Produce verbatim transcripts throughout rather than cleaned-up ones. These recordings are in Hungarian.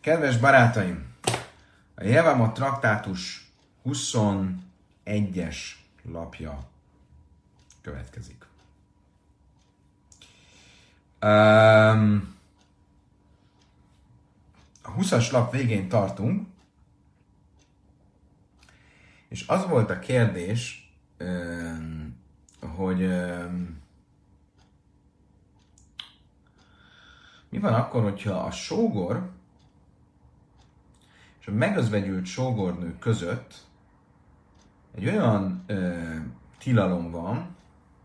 Kedves barátaim, a Jevamot traktátus huszonegyes lapja következik. Um, a huszas lap végén tartunk, és az volt a kérdés, um, hogy um, mi van akkor, hogyha a sógor és a megözvegyült sógornő között egy olyan ö, tilalom van,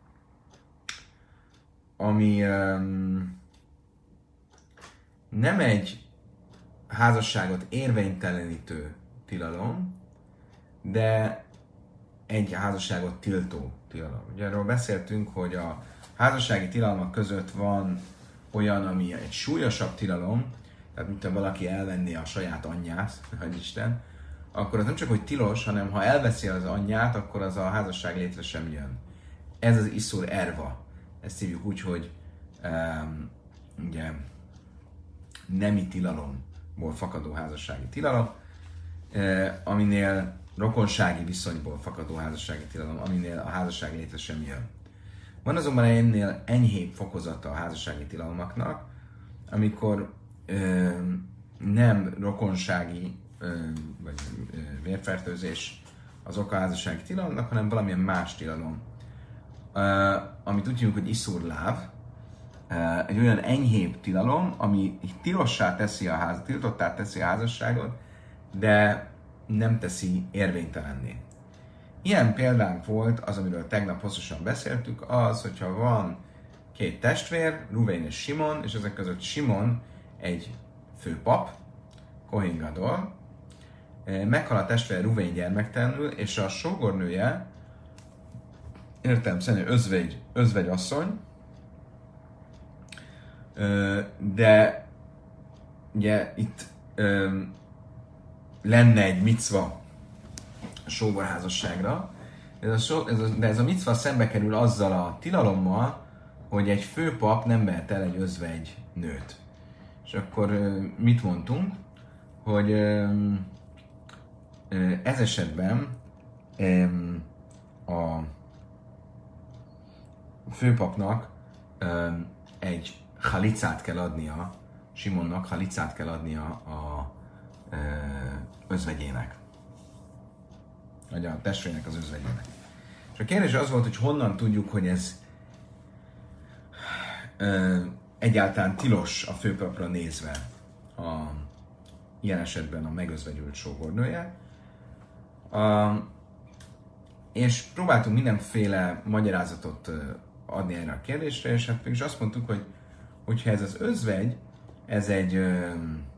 ami ö, nem egy házasságot érvénytelenítő tilalom, de egy házasságot tiltó tilalom. Ugye arról beszéltünk, hogy a házassági tilalmak között van olyan, ami egy súlyosabb tilalom, tehát mint ha valaki elvenné a saját anyját, hogy Isten, akkor az nem csak, hogy tilos, hanem ha elveszi az anyját, akkor az a házasság létre sem jön. Ez az iszur erva. Ezt hívjuk úgy, hogy um, ugye, nemi tilalomból fakadó házassági tilalom, uh, aminél rokonsági viszonyból fakadó házassági tilalom, aminél a házasság létre sem jön. Van azonban ennél enyhébb fokozata a házassági tilalmaknak, amikor ö, nem rokonsági ö, vagy ö, vérfertőzés az oka a házassági tilalomnak, hanem valamilyen más tilalom. Ö, amit úgy hívjuk, hogy iszur láv, ö, egy olyan enyhébb tilalom, ami tilossá teszi a ház, tiltottá teszi a házasságot, de nem teszi érvénytelenné. Ilyen példánk volt az, amiről tegnap hosszasan beszéltük, az, hogyha van két testvér, Ruvén és Simon, és ezek között Simon egy főpap, Kohen Gadol, meghal a testvér Ruvén gyermektelenül, és a sógornője, értelemszerűen özvegy, özvegy asszony, de ugye itt lenne egy micva a sógorházasságra, ez a so, ez a, de ez a micva szembe kerül azzal a tilalommal, hogy egy főpap nem vehet el egy özvegy nőt. És akkor mit mondtunk? Hogy ez esetben a főpapnak egy halicát kell adnia, Simonnak halicát kell adnia a özvegyének. Vagy a testvérének az özvegyének. És a kérdés az volt, hogy honnan tudjuk, hogy ez ö, egyáltalán tilos a főpapra nézve a, ilyen esetben a megözvegyült sógornője. A, és próbáltunk mindenféle magyarázatot adni erre a kérdésre, és hát mégis azt mondtuk, hogy hogyha ez az özvegy, ez egy ö,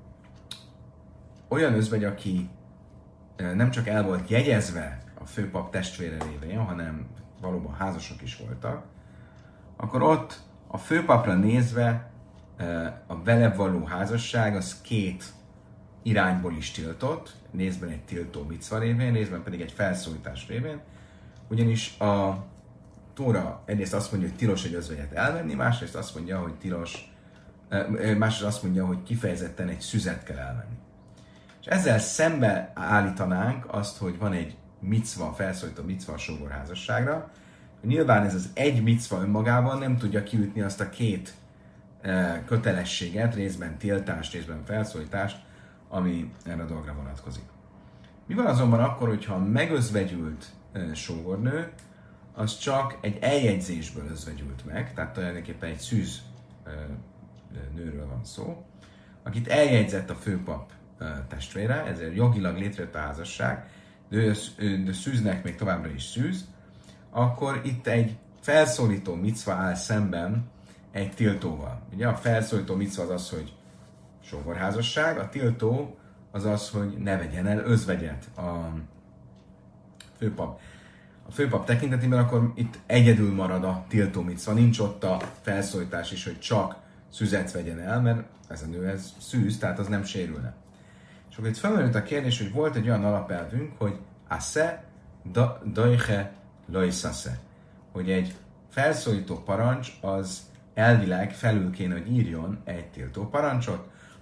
olyan özvegy, aki nem csak el volt jegyezve a főpap testvére révén, hanem valóban házasok is voltak, akkor ott a főpapra nézve a vele való házasság az két irányból is tiltott, részben egy tiltó micva révén, részben pedig egy felszólítás révén, ugyanis a Tóra egyrészt azt mondja, hogy tilos egy özvegyet elvenni, másrészt azt mondja, hogy tilos, másrészt azt mondja, hogy kifejezetten egy szüzet kell elvenni. És ezzel szembe állítanánk azt, hogy van egy micva, felszólító micva a sógorházasságra. Nyilván ez az egy micva önmagában nem tudja kiütni azt a két e, kötelességet, részben tiltást, részben felszólítást, ami erre a dologra vonatkozik. Mi van azonban akkor, hogyha a megözvegyült e, sógornő, az csak egy eljegyzésből özvegyült meg, tehát tulajdonképpen egy szűz e, nőről van szó, akit eljegyzett a főpap testvére, ezért jogilag létrejött a házasság, de, ő, de szűznek még továbbra is szűz, akkor itt egy felszólító micva áll szemben egy tiltóval. Ugye a felszólító micva az az, hogy sógorházasság, a tiltó az az, hogy ne vegyen el özvegyet a főpap. A főpap tekintetében akkor itt egyedül marad a tiltó micva, nincs ott a felszólítás is, hogy csak szüzet vegyen el, mert ez a nő ez szűz, tehát az nem sérülne. És akkor itt felmerült a kérdés, hogy volt egy olyan alapelvünk, hogy asse, daiche, loisase, hogy egy felszólító parancs az elvileg felül kéne, hogy írjon egy tiltó parancsot.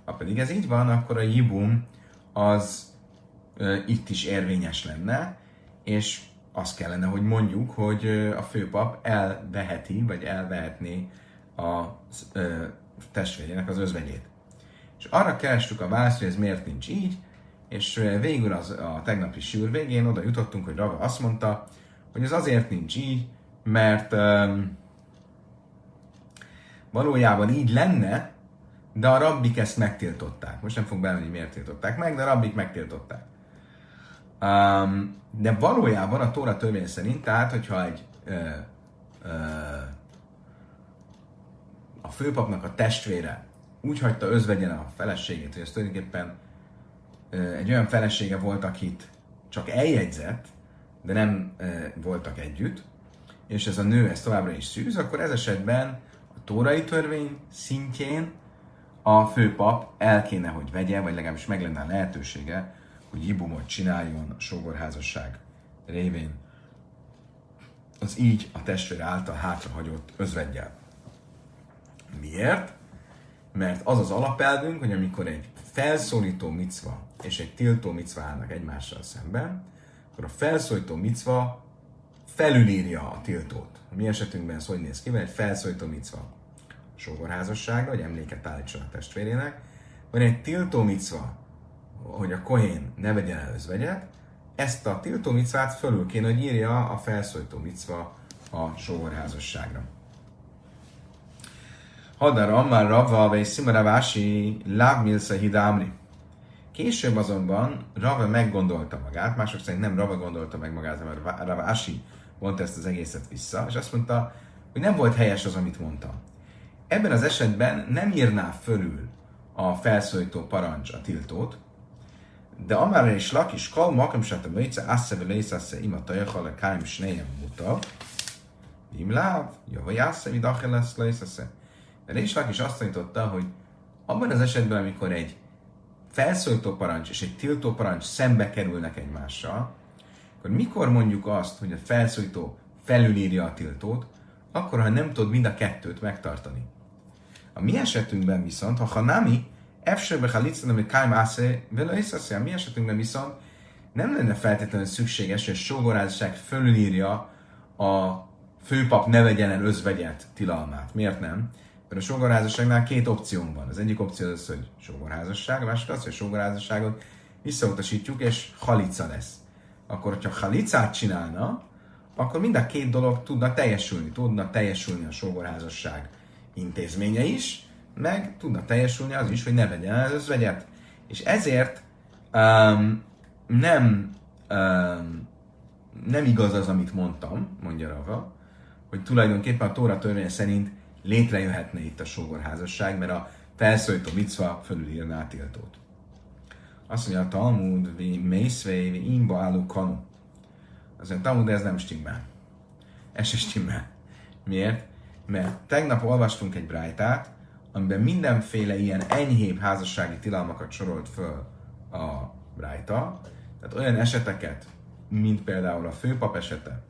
Ha pedig ez így van, akkor a jibum az ö, itt is érvényes lenne, és azt kellene, hogy mondjuk, hogy ö, a főpap elveheti, vagy elvehetné a ö, testvérének az özvegyét. És arra kerestük a választ, hogy ez miért nincs így, és végül az, a tegnapi sűr végén oda jutottunk, hogy Rava azt mondta, hogy ez azért nincs így, mert um, valójában így lenne, de a rabbik ezt megtiltották. Most nem fog belemenni, hogy miért tiltották meg, de a rabbik megtiltották. Um, de valójában a Tóra törvény szerint, tehát, hogyha egy uh, uh, a főpapnak a testvére úgy hagyta özvegyen a feleségét, hogy ez tulajdonképpen uh, egy olyan felesége volt, akit csak eljegyzett, de nem uh, voltak együtt, és ez a nő ezt továbbra is szűz, akkor ez esetben a tórai törvény szintjén a főpap el kéne, hogy vegye, vagy legalábbis meg lenne a lehetősége, hogy jibumot csináljon a sógorházasság révén az így a testvére által hátrahagyott özveggyel. Miért? Mert az az alapelvünk, hogy amikor egy felszólító micva és egy tiltó micva állnak egymással szemben, akkor a felszólító micva felülírja a tiltót. A mi esetünkben ez hogy néz ki? Van egy felszólító micva a sógorházasságra, hogy emléket állítson a testvérének, van egy tiltó micva, hogy a kohén ne vegyen el özvegyet, ezt a tiltó micvát fölül kéne, hogy írja a felszólító micva a sógorházasságra. Hadara, már Rava, vagy Szimaravási, Láv Milsza Hidámri. Később azonban Rava meggondolta magát, mások szerint nem Rava gondolta meg magát, mert Ravási mondta ezt az egészet vissza, és azt mondta, hogy nem volt helyes az, amit mondta. Ebben az esetben nem írná fölül a felszólító parancs a tiltót, de amára is lak is kal makam sata meice asse veleisasse ima tajachal a káim snejem muta, im láv, java jásze vidachel lesz leisasse. De is lak is azt tanította, hogy abban az esetben, amikor egy felszólító parancs és egy tiltó parancs szembe kerülnek egymással, akkor mikor mondjuk azt, hogy a felszólító felülírja a tiltót, akkor, ha nem tudod mind a kettőt megtartani. A mi esetünkben viszont, ha hanami, efsőbe halicna, hogy káim ásze, vele észre, a mi esetünkben viszont nem lenne feltétlenül szükséges, hogy a sógorházasság fölülírja a főpap ne vegyen el özvegyet tilalmát. Miért nem? Mert a sógorházasságnál két opciónk van. Az egyik opció az, hogy sógorházasság, a másik az, hogy a sógorházasságot visszautasítjuk, és halica lesz. Akkor, hogyha halicát csinálna, akkor mind a két dolog tudna teljesülni. Tudna teljesülni a sógorházasság intézménye is, meg tudna teljesülni az is, hogy ne vegyen el az özvegyet. És ezért um, nem, um, nem igaz az, amit mondtam, mondja Rava, hogy tulajdonképpen a Tóra törvény szerint létrejöhetne itt a sógorházasság, mert a felszólító micva fölülírná a tiltót. Azt mondja a Talmud, vi mészvei, vi imba álló kanu. Azt mondja, Talmud, de ez nem stimmel. Ez se stimmel. Miért? Mert tegnap olvastunk egy brájtát, amiben mindenféle ilyen enyhébb házassági tilalmakat sorolt föl a brájta. Tehát olyan eseteket, mint például a főpap esete,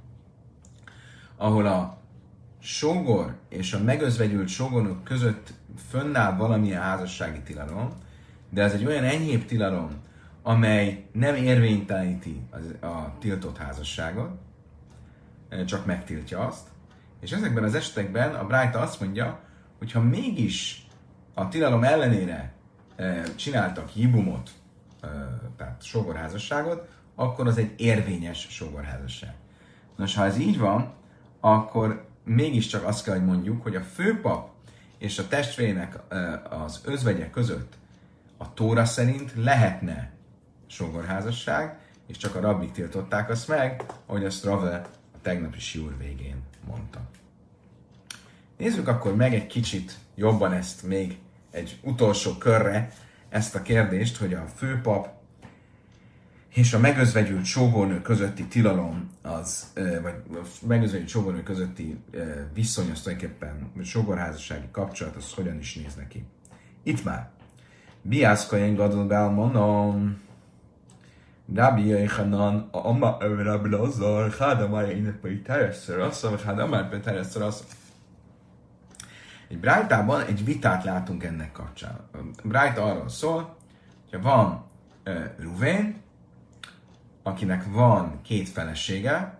ahol a sógor és a megözvegyült sógornok között fönnáll valamilyen házassági tilalom, de ez egy olyan enyhébb tilalom, amely nem érvényteleníti a tiltott házasságot, csak megtiltja azt. És ezekben az esetekben a Brájta azt mondja, hogy ha mégis a tilalom ellenére csináltak jibumot, tehát sógorházasságot, akkor az egy érvényes sógorházasság. Nos, ha ez így van, akkor mégiscsak azt kell, hogy mondjuk, hogy a főpap és a testvérének az özvegye között a Tóra szerint lehetne sógorházasság, és csak a rabbik tiltották azt meg, ahogy azt Rave a tegnapi siúr végén mondta. Nézzük akkor meg egy kicsit jobban ezt még egy utolsó körre, ezt a kérdést, hogy a főpap és a megözvegyült sógornő közötti tilalom, az, vagy a megözvegyült sógornő közötti viszony, az tulajdonképpen sógorházassági kapcsolat, az hogyan is néz neki. Itt már. Biászkajen gadol belmonom, Rabbi Yochanan, Rabbi Lazar, Hádamár énekbeli teresztől asszal, vagy Hádamár teresztől asszal. Egy brájtában egy vitát látunk ennek kapcsán. A brájta arról szól, hogyha van uh, Ruvén, akinek van két felesége,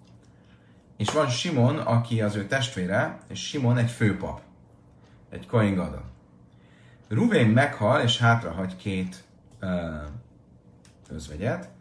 és van Simon, aki az ő testvére, és Simon egy főpap, egy Kohen Gadol. Ruvén meghal, és hátrahagy két uh, özvegyet,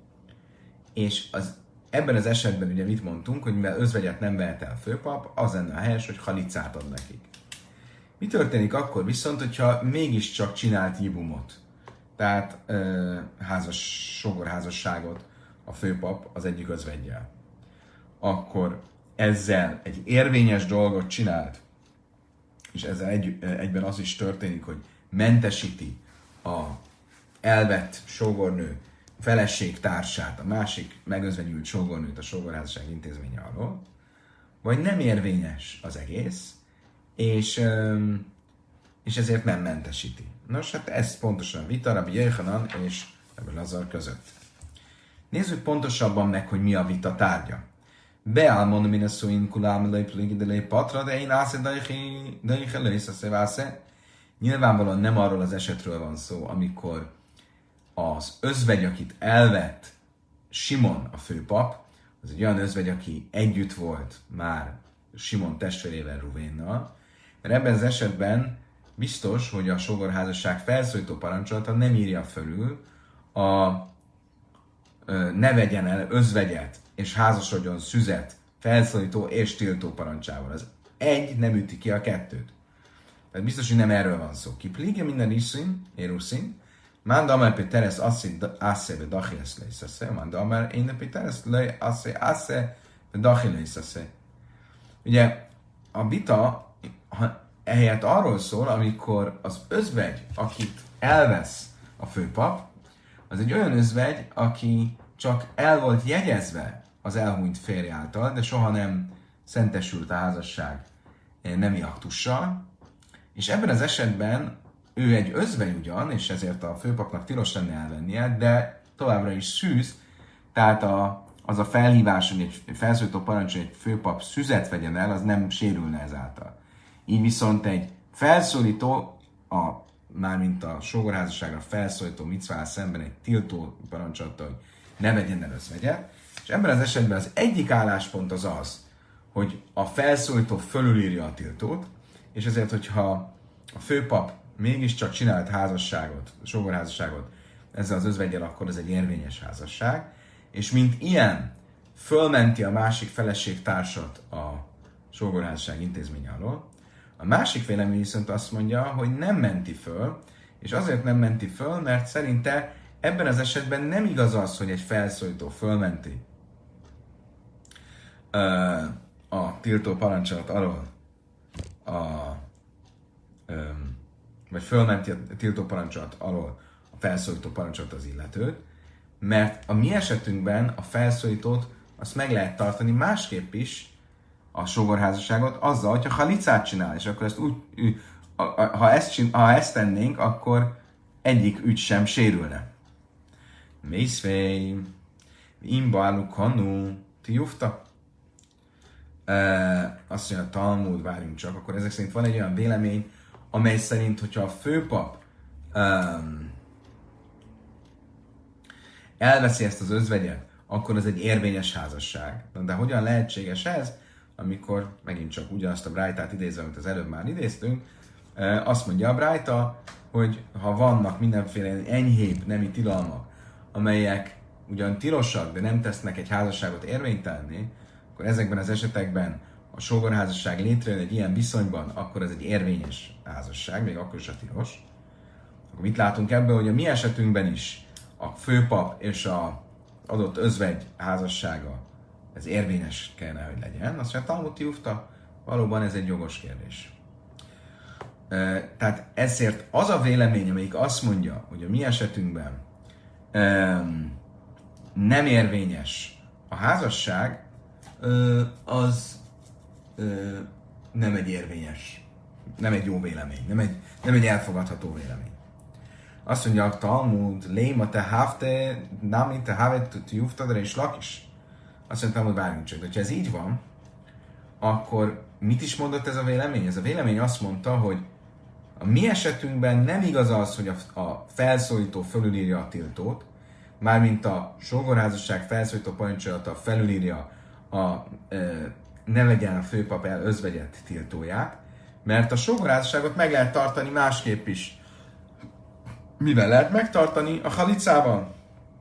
és az, ebben az esetben ugye mit mondtunk, hogy mivel özvegyet nem vehet el főpap, az lenne a helyes, hogy halicát ad nekik. Mi történik akkor viszont, hogyha mégiscsak csinált jibumot, tehát uh, házas, sógorházasságot a főpap az egyik özveggyel? Akkor ezzel egy érvényes dolgot csinált, és ezzel egy, egyben az is történik, hogy mentesíti a elvett sógornő feleségtársát, a másik megözvegyült sógornőt a sógorházasság intézménye alól, vagy nem érvényes az egész, és, és ezért nem mentesíti. Nos, hát ez pontosan a vita Rabbi Yochanan és Rabbi Lazar között. Nézzük pontosabban meg, hogy mi a vita tárgya. Beálmon mineszúin kulám lejplégidελé patra, de én ásze dajhe lejszaszévásze. Nyilvánvalóan nem arról az esetről van szó, amikor az özvegy, akit elvett Simon a főpap, az egy olyan özvegy, aki együtt volt már Simon testvérével, Ruvénnal, mert ebben az esetben biztos, hogy a sógorházasság felszólító parancsolata nem írja fölül a ne vegyen el özvegyet és házasodjon szüzet felszólító és tiltó parancsával. Az egy nem üti ki a kettőt. Tehát biztos, hogy nem erről van szó. Kiplíge minden iszin, éruszin, manda amár pe teres asszi asse ve dachiles leiszase, manda amár én pe teres le asse asse ve dachileiszase. Ugye a vita ehelyett arról szól, amikor az özvegy, akit elvesz a főpap, az egy olyan özvegy, aki csak el volt jegyezve az elhunyt férj által, de soha nem szentesült a házasság nemi aktussal, és ebben az esetben ő egy özvegy ugyan, és ezért a főpapnak tilos lenne elvennie, de továbbra is szűz, tehát a, az a felhívás, hogy egy felszólító parancs, hogy egy főpap szüzet vegyen el, az nem sérülne ezáltal. Így viszont egy felszólító, a, mármint a sógorházasságra felszólító micvával szemben egy tiltó parancsolta, hogy ne vegyen el özvegyet, és ebben az esetben az egyik álláspont az az, hogy a felszólító fölülírja a tiltót, és ezért, hogyha a főpap mégiscsak csinált házasságot, sógorházasságot ezzel az özveggyel, akkor ez egy érvényes házasság, és mint ilyen fölmenti a másik feleségtársat a sógorházasság intézménye alól. A másik vélemény viszont azt mondja, hogy nem menti föl, és azért nem menti föl, mert szerinte ebben az esetben nem igaz az, hogy egy felszólító fölmenti uh, a tiltó parancsolat alól, a, um, vagy fölmenti a tiltó parancsolat alól a felszólító parancsolat az illetőt, mert a mi esetünkben a felszólítót azt meg lehet tartani másképp is, a sógorházasságot, azzal, hogyha halicát csinál, és akkor ezt úgy, ha ezt, csin, ha ezt tennénk, akkor egyik ügy sem sérülne. Mészfej, imbalu kanu, ti jufta? E, azt mondja, a Talmud, várjunk csak, akkor ezek szerint van egy olyan vélemény, amely szerint, hogyha a főpap um, elveszi ezt az özvegyet, akkor ez egy érvényes házasság. De hogyan lehetséges ez, amikor megint csak ugyanazt a brájtát idézve, amit az előbb már idéztünk, azt mondja a brájta, hogy ha vannak mindenféle enyhébb nemi tilalmak, amelyek ugyan tilosak, de nem tesznek egy házasságot érvénytelenné, akkor ezekben az esetekben a sógorházasság létrejön egy ilyen viszonyban, akkor ez egy érvényes házasság, még akkor is a tilos. Akkor mit látunk ebből, hogy a mi esetünkben is a főpap és a adott özvegy házassága ez érvényes kellene, hogy legyen. Azt mondja, Talmud Jufta, valóban ez egy jogos kérdés. Tehát ezért az a vélemény, amelyik azt mondja, hogy a mi esetünkben nem érvényes a házasság, az nem egy érvényes, nem egy jó vélemény, nem egy, nem egy elfogadható vélemény. Azt mondja a Talmud, léma te hávte, nami te hávet Jufta, de is lakis. Azt mondtam, hogy várjunk csak, de ha ez így van, akkor mit is mondott ez a vélemény? Ez a vélemény azt mondta, hogy a mi esetünkben nem igaz az, hogy a, a felszólító fölülírja a tiltót, mármint a sógorházasság felszólító parancsolata felülírja a e, ne legyen a főpap el özvegyet tiltóját, mert a sógorházasságot meg lehet tartani másképp is. Mivel lehet megtartani? A halicával.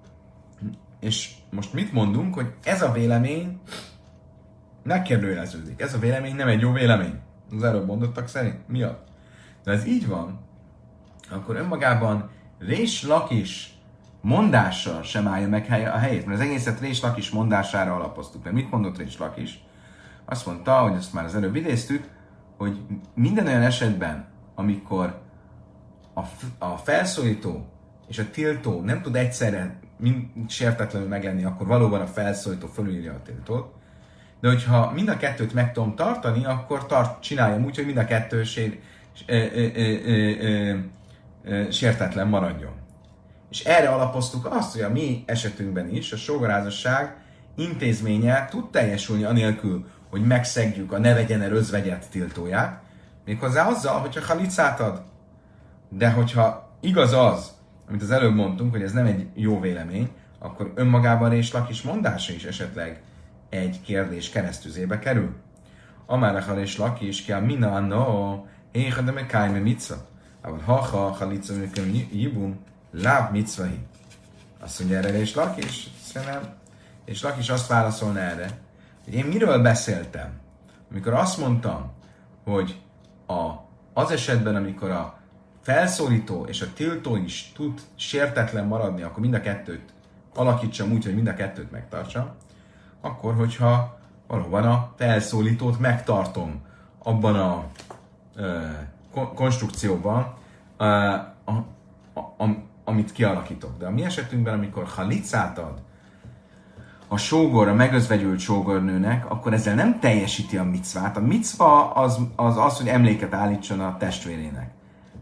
És most mit mondunk, hogy ez a vélemény megkérdőjeleződik. Ez a vélemény nem egy jó vélemény. Az előbb mondottak szerint. Miatt? De ez így van, akkor önmagában Rés Lakis mondása sem állja meg a helyét, mert az egészet Rés Lakis mondására alapoztuk. Mert mit mondott Rés Lakis? Azt mondta, hogy ezt már az előbb idéztük, hogy minden olyan esetben, amikor a, a felszólító és a tiltó nem tud egyszerre mind sértetlenül meglenni, akkor valóban a felszólító fölülírja a tiltót. De hogyha mind a kettőt meg tudom tartani, akkor tart, csináljam úgy, hogy mind a kettő sér, ö, ö, ö, ö, ö, sértetlen maradjon. És erre alapoztuk azt, hogy a mi esetünkben is a sógorházasság intézménye tud teljesülni anélkül, hogy megszegjük a ne vegyen el özvegyet tiltóját, méghozzá azzal, hogyha halicát ad. De hogyha igaz az, amit az előbb mondtunk, hogy ez nem egy jó vélemény, akkor önmagában Rés Lakis mondása is esetleg egy kérdés keresztüzébe kerül. Amárach Rés Lakis ki a mina no éha de mekájme mitzva. Ával ha-ha halica műköm jibum láb mitzvahi. Azt mondja erre Rés Lakis, szerintem. És Lakis azt válaszolna erre, hogy én miről beszéltem, amikor azt mondtam, hogy a, az esetben, amikor a felszólító és a tiltó is tud sértetlen maradni, akkor mind a kettőt alakítsam úgy, hogy mind a kettőt megtartsam, akkor, hogyha valóban a felszólítót megtartom abban a ö, konstrukcióban, ö, a, a, a, amit kialakítok. De a mi esetünkben, amikor halicát ad a sógor, a megözvegyült sógornőnek, akkor ezzel nem teljesíti a micvát. A micva az az, az hogy emléket állítson a testvérének.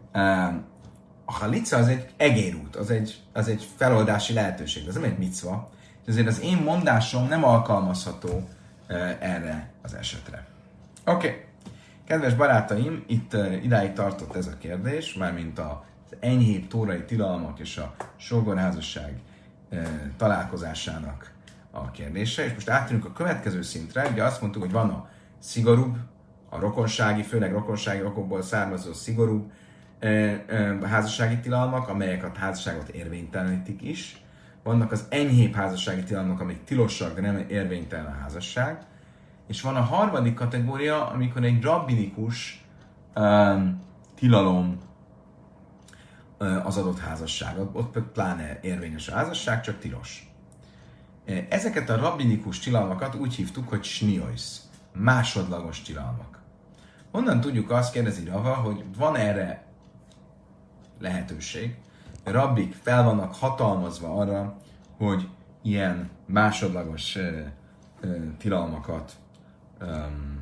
A halica az egy egérút, az egy, az egy feloldási lehetőség, az nem egy micva. Ezért az én mondásom nem alkalmazható erre az esetre. Oké. Okay. Kedves barátaim, itt idáig tartott ez a kérdés, mármint az enyhébb tórai tilalmak és a sógorházasság találkozásának a kérdése, és most áttérünk a következő szintre. Ugye azt mondtuk, hogy van a szigorúbb, a rokonsági, főleg rokonsági okokból származó szigorúbb házassági tilalmak, amelyek a házasságot érvénytelenítik is. Vannak az enyhébb házassági tilalmak, amik tilosak, de nem érvénytelen a házasság. És van a harmadik kategória, amikor egy rabbinikus um, tilalom uh, az adott házasság. Ott pláne érvényes a házasság, csak tilos. Ezeket a rabbinikus tilalmakat úgy hívtuk, hogy sniois, másodlagos tilalmak. Honnan tudjuk azt, kérdezi Rava, hogy van erre lehetőség. A rabbik fel vannak hatalmazva arra, hogy ilyen másodlagos uh, uh, tilalmakat um,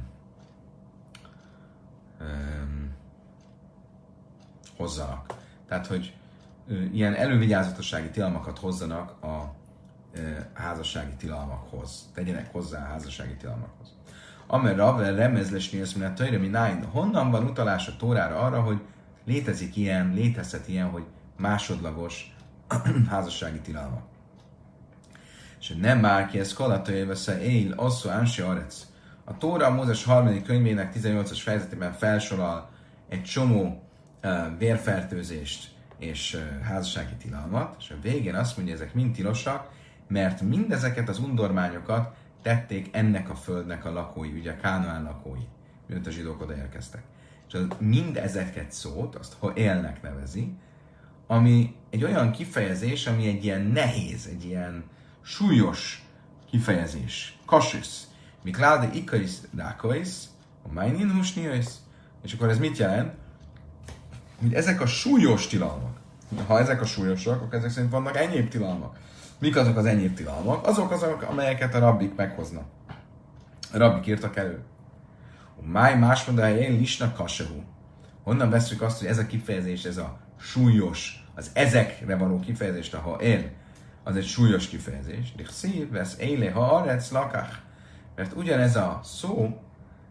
um, hozzanak. Tehát, hogy uh, ilyen elővigyázatossági tilalmakat hozzanak a uh, házassági tilalmakhoz. Tegyenek hozzá a házassági tilalmakhoz. Amer Ravel remezlesni azt mondja, hogy mi náin. Honnan van utalás a Tórára arra, hogy létezik ilyen, létezhet ilyen, hogy másodlagos házassági tilalmak. És nem már ki ez kalatai vesz él, asszó ánsi arec. A Tóra a Mózes harmadik könyvének tizennyolcas fejezetében felsorol egy csomó uh, vérfertőzést és uh, házassági tilalmat, és a végén azt mondja, ezek mind tilosak, mert mindezeket az undormányokat tették ennek a földnek a lakói, ugye a Kánaán lakói, mióta a zsidók odaérkeztek. És az mind ezeket szót, azt ha élnek nevezi, ami egy olyan kifejezés, ami egy ilyen nehéz, egy ilyen súlyos kifejezés. Kasis. Mikláde ikaris rákais, a mainin húsniais. És akkor ez mit jelent? Hogy ezek a súlyos tilalmak. Ha ezek a súlyosak, akkor ezek szerint vannak enyhébb tilalmak. Mik azok az enyhébb tilalmak? Azok azok, amelyeket a rabbik meghoznak. A rabbik írtak elő. Máj más mondja, hogy én lisnak kasehu. Honnan veszük azt, hogy ez a kifejezés, ez a súlyos, az ezekre való kifejezést, ha én, az egy súlyos kifejezés. Szív, vesz, éle, ha arec, lakach. Mert ugyanez a szó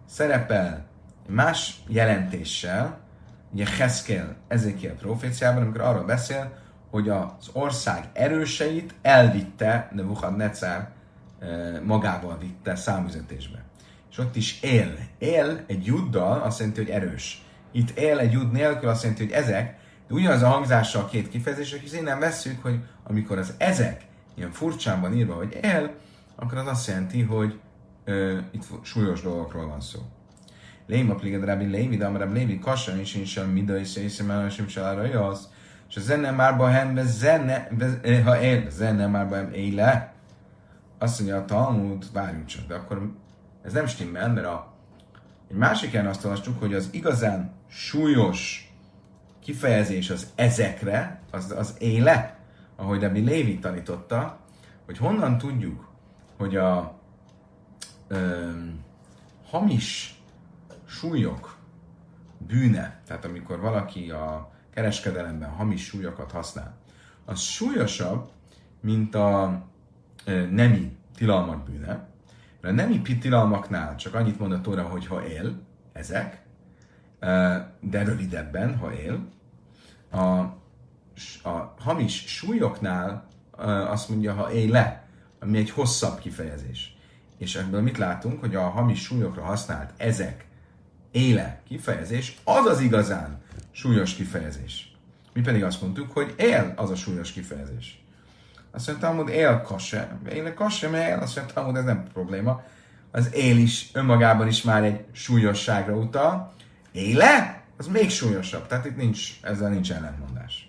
szerepel más jelentéssel, ugye Heszkél Ezékiel proféciában, amikor arról beszél, hogy az ország erőseit elvitte, Nebuchadnezzar magával vitte számüzetésbe. És ott is él. Él egy juddal azt jelenti, hogy erős. Itt él egy judd nélkül azt jelenti, hogy ezek, de ugyanaz a hangzással a két kifejezés, és innen vesszük, hogy amikor az ezek ilyen furcsán van írva, hogy él, akkor az azt jelenti, hogy ö, itt súlyos dolgokról van szó. Léma pliged Rabbi Lévi, de Rabbi Lévi kassan is én sem mida is észre, mert sem se arra jössz. És a zene már bahem, zene, ha él, zene már bahem éle. Azt mondja a Talmud, várjunk csak, de akkor ez nem stimmel, mert a, egy másik helyen azt olvastuk, hogy az igazán súlyos kifejezés az ezekre, az, az éle, ahogy Rabbi Lévi tanította, hogy honnan tudjuk, hogy a ö, hamis súlyok bűne, tehát amikor valaki a kereskedelemben hamis súlyokat használ, az súlyosabb, mint a ö, nemi tilalmak bűne. A nemi tilalmaknál csak annyit mond a Tóra, hogy ha él, ezek, de rövidebben, ha él. A, a hamis súlyoknál azt mondja, ha él le, ami egy hosszabb kifejezés. És ebből mit látunk, hogy a hamis súlyokra használt ezek, éle kifejezés, az az igazán súlyos kifejezés. Mi pedig azt mondtuk, hogy él az a súlyos kifejezés. Azt mondta, hogy él kasse. Él kasse, mert él, azt mondta, hogy ez nem probléma. Az él is önmagában is már egy súlyosságra utal. Éle? Az még súlyosabb. Tehát itt nincs, ezzel nincs ellentmondás.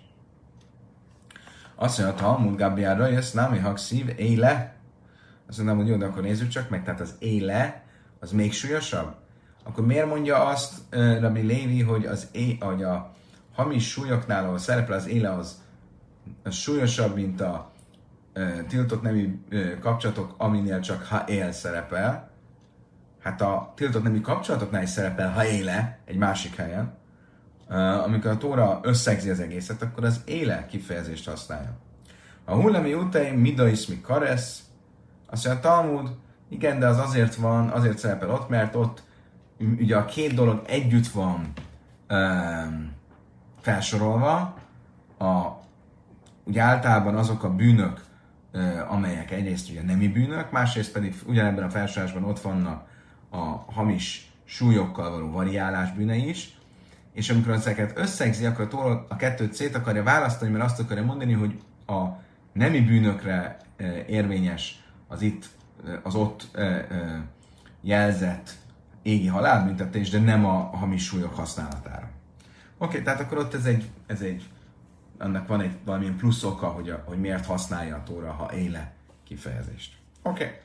Azt mondja, Talmud Gabriel Reyes, Nami Hakszív, éle. Azt mondom, hogy jó, de akkor nézzük csak meg. Tehát az éle, az még súlyosabb? Akkor miért mondja azt uh, Rabbi Lévi, hogy, az é, hogy a hamis súlyoknál, ahol szerepel az éle, az, az súlyosabb, mint a uh, tiltott nemű uh, kapcsolatok, aminél csak ha él szerepel. Hát a tiltott nemű kapcsolatoknál is szerepel ha éle egy másik helyen. Uh, amikor a Tóra összegzi az egészet, akkor az éle kifejezést használja. A hullami utai midaismi karesz, azt mondja a Talmud, igen, de az azért van, azért szerepel ott, mert ott ugye a két dolog együtt van um, felsorolva, a, ugye általában azok a bűnök, uh, amelyek egyrészt ugye nemi bűnök, másrészt pedig ugyanebben a felsorolásban ott vannak a hamis súlyokkal való variálás bűnei is, és amikor ezeket összegzi, akkor a, a kettőt szét akarja választani, mert azt akarja mondani, hogy a nemi bűnökre uh, érvényes az itt, uh, az ott uh, uh, jelzett égi halálbüntetés, de nem a, a hamis súlyok használatára. Oké, okay, tehát akkor ott ez egy, ez egy, annak van egy valamilyen plusz oka, hogy, a, hogy miért használja a Tóra, ha éle kifejezést. Oké. Okay.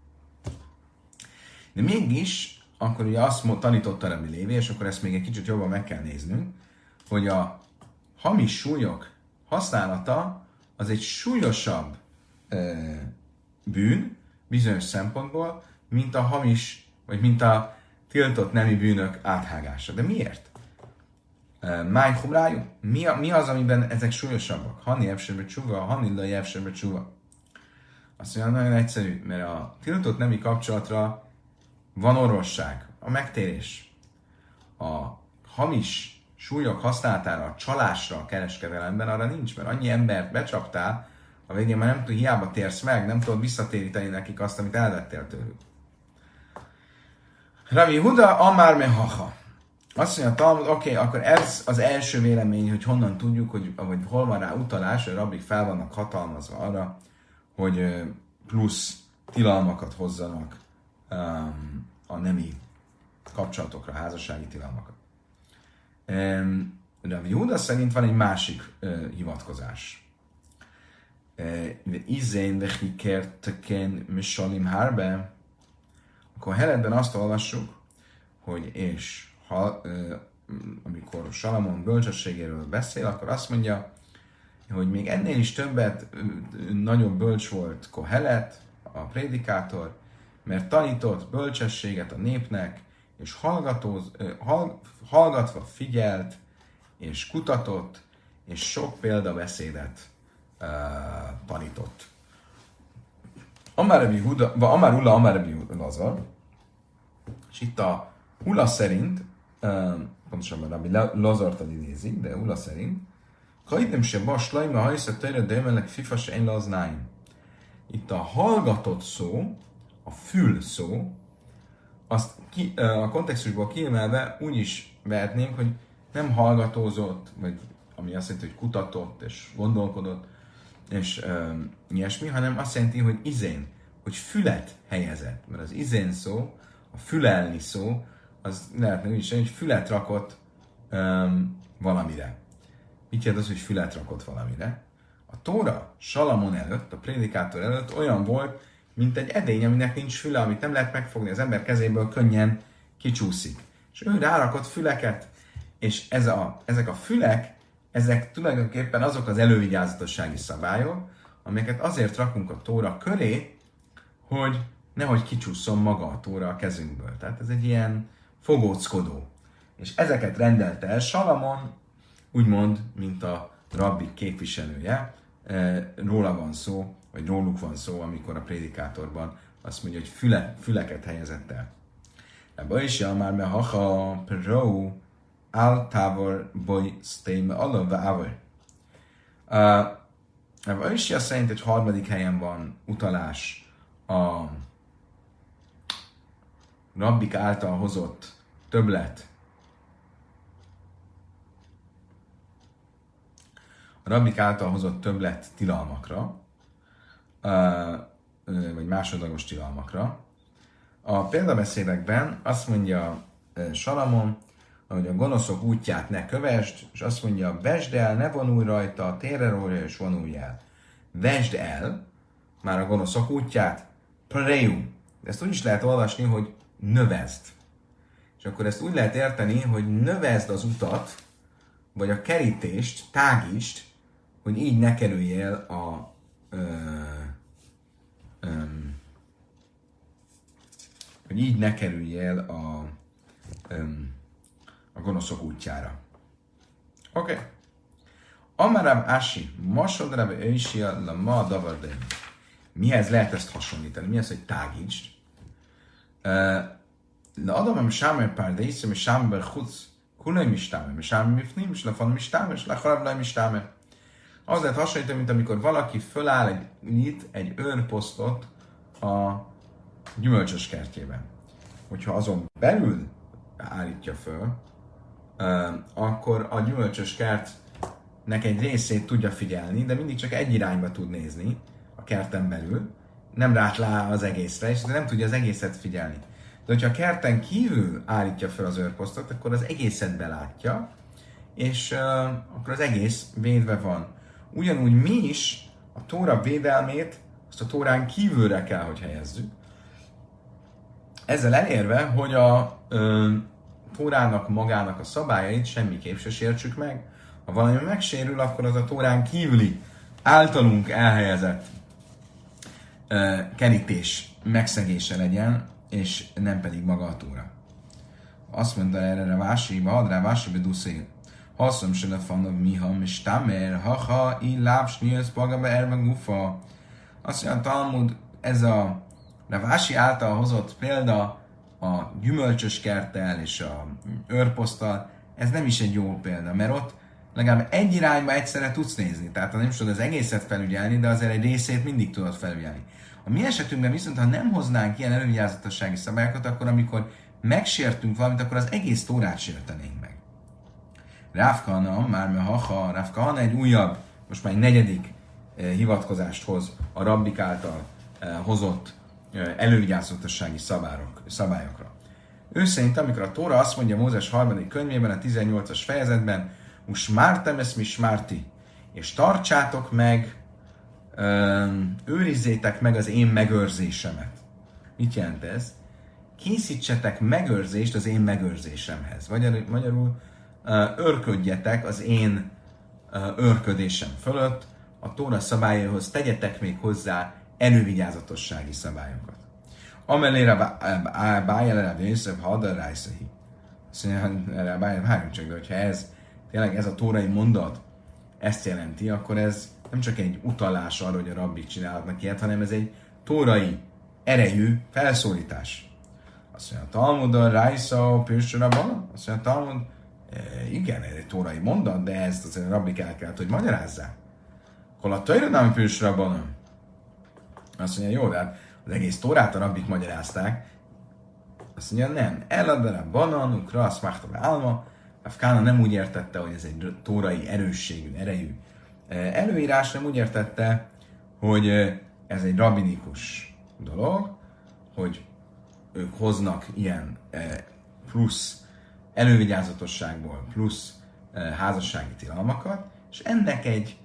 De mégis, akkor ugye azt tanította Rabbi Lévi, és akkor ezt még egy kicsit jobban meg kell néznünk, hogy a hamis súlyok használata az egy súlyosabb ö, bűn bizonyos szempontból, mint a hamis, vagy mint a tiltott nemi bűnök áthágása. De miért? Máj humrájú? Mi, mi az, amiben ezek súlyosabbak? Hani evsebbe csuva, hani la evsebbe csuva. Azt mondja, nagyon egyszerű, mert a tiltott nemi kapcsolatra van orvosság, a megtérés. A hamis súlyok használatára, a csalásra a kereskedelemben arra nincs, mert annyi embert becsaptál, a végén már nem tud, hiába térsz meg, nem tudod visszatéríteni nekik azt, amit elvettél tőlük. Rabbi Huda, Amár Mehaha. Azt mondja a Talmud, oké, okay, akkor ez az első vélemény, hogy honnan tudjuk, hogy, hogy hol van rá utalás, hogy a rabbik fel vannak hatalmazva arra, hogy plusz tilalmakat hozzanak um, a nemi kapcsolatokra, házassági tilalmakat. Um, Rabbi Huda szerint van egy másik uh, hivatkozás. Izén vechikerteken misalim harbe. Akkor a Heletben azt olvassuk, hogy és ha, amikor Salamon bölcsességéről beszél, akkor azt mondja, hogy még ennél is többet, nagyobb bölcs volt Kohelet, a prédikátor, mert tanított bölcsességet a népnek, és hallgatóz, hallgatva figyelt, és kutatott, és sok példabeszédet uh, tanított. Amár Rabbi Huda, vagy Amár Ulla, Amár Rabbi Lazar, és itt a Ula szerint, pontosabban Rabbi Lazartad idézik, de Ula szerint, Kajtem se baslaj, mert hajszak törre, de emelek fifa se én laznáim. Itt a hallgatott szó, a fül szó, azt ki, a kontextusból kiemelve úgy is vehetnénk, hogy nem hallgatózott, vagy ami azt jelenti, hogy kutatott és gondolkodott, és um, ilyesmi, hanem azt jelenti, hogy izén, hogy fület helyezett. Mert az izén szó, a fülelni szó, az lehetne úgy is, hogy fület rakott um, valamire. Mit jelent az, hogy fület rakott valamire? A Tóra Salamon előtt, a prédikátor előtt olyan volt, mint egy edény, aminek nincs füle, amit nem lehet megfogni, az ember kezéből könnyen kicsúszik. És ő rárakott füleket, és ez a, ezek a fülek, ezek tulajdonképpen azok az elővigyázatossági szabályok, amelyeket azért rakunk a Tóra köré, hogy nehogy kicsúszson maga a Tóra a kezünkből. Tehát ez egy ilyen fogóckodó. És ezeket rendelte el Salamon, úgymond, mint a rabbi képviselője. Róla van szó, vagy róluk van szó, amikor a prédikátorban azt mondja, hogy füle, füleket helyezett el. Ebben is jel már, mert haha pro áltávor boly sztéme alapve ávor. Ebben is jel szerint egy harmadik helyen van utalás a rabbik által hozott többlet, a rabbik által hozott többlet tilalmakra, vagy másodlagos tilalmakra. A példabeszédekben azt mondja Salamon, hogy a gonoszok útját ne kövesd, és azt mondja, vesd el, ne vonulj rajta, térre róla, és vonulj el. Vesd el, már a gonoszok útját, preum. De ezt úgy is lehet olvasni, hogy növezd. És akkor ezt úgy lehet érteni, hogy növezd az utat, vagy a kerítést, tágítsd, hogy így ne kerüljél a ö, ö, hogy így ne kerüljél a, ö, a gonoszok útjára. Oké. Okay. Amarab Ási, Masodráb Ősia, la ma davardeim. Mihez lehet ezt hasonlítani? Mi az, hogy tágítsd? Le adamem sámer pár dészem, és sámer chutz, kulaj mistámer, és sámer mifnim, és lefan mistámer, és leharab lej mistámer. Az lehet hasonlítani, mint amikor valaki föláll egy, nyit egy őrposztot a gyümölcsös kertjében. Hogyha azon belül állítja föl, akkor a gyümölcsös kertnek egy részét tudja figyelni, de mindig csak egy irányba tud nézni a kerten belül, nem rát lá az egészre, és nem tudja az egészet figyelni. De hogyha a kerten kívül állítja fel az őrposztot, akkor az egészet belátja, és uh, akkor az egész védve van. Ugyanúgy mi is a Tóra védelmét, azt a Tórán kívülre kell, hogy helyezzük. Ezzel elérve, hogy a uh, Tórának magának a szabályait semmiképp se sértsük meg. Ha valami megsérül, akkor az a Tórán kívüli általunk elhelyezett uh, kerítés megszegése legyen, és nem pedig maga a Tóra. Azt mondta erre a Vásiba, hadrá Vásiba duszél. Haszom se lefannav miham, és tamer, haha, i lábsnyilsz, pagabe erve gufa. Azt mondja a Talmud, ez a Ravási által hozott példa a gyümölcsös kerttel és a őrposzttal, ez nem is egy jó példa, mert ott legalább egy irányba egyszerre tudsz nézni, tehát nem is tudod az egészet felügyelni, de azért egy részét mindig tudod felügyelni. A mi esetünkben viszont, ha nem hoznánk ilyen elővigyázatossági szabályokat, akkor amikor megsértünk valamit, akkor az egész Tórát sértenénk meg. Rav Kahana, már mert haha, Rav Kahana egy újabb, most már egy negyedik eh, hivatkozást hoz a rabbik által eh, hozott eh, elővigyázatossági szabályok, szabályokra. Ő szerint, amikor a Tóra azt mondja Mózes harmadik könyvében, a tizennyolcas fejezetben, usmártem ezt mi smárti, és tartsátok meg, őrizzétek meg az én megőrzésemet. Mit jelent ez? Készítsetek megőrzést az én megőrzésemhez. Magyarul, magyarul őrködjetek az én őrködésem fölött, a Tóra szabályaihoz tegyetek még hozzá elővigyázatossági szabályokat. Amelére bájelere vészebb hadarájszahi. Azt mondja, erre várjunk csak, de hogyha ez tényleg ez a tórai mondat ezt jelenti, akkor ez nem csak egy utalás arra, hogy a rabbik csinálhatnak ilyet, hanem ez egy tórai erejű felszólítás. Azt mondja, a Talmudon, Rájszó, Pirsőrabban, azt mondja, a Talmud, e, igen, ez egy tórai mondat, de ezt azért a rabbik el kellett, hogy magyarázzák. Hol a Tajranám Pirsőrabban? Azt mondja, jó, de hát az egész Tórát a rabbik magyarázták. Azt mondja, nem. Eladara banan, ukra, azt mágta álma. Afkána nem úgy értette, hogy ez egy tórai erősségű, erejű előírás, nem úgy értette, hogy ez egy rabbinikus dolog, hogy ők hoznak ilyen plusz elővigyázatosságból, plusz házassági tilalmakat, és ennek egy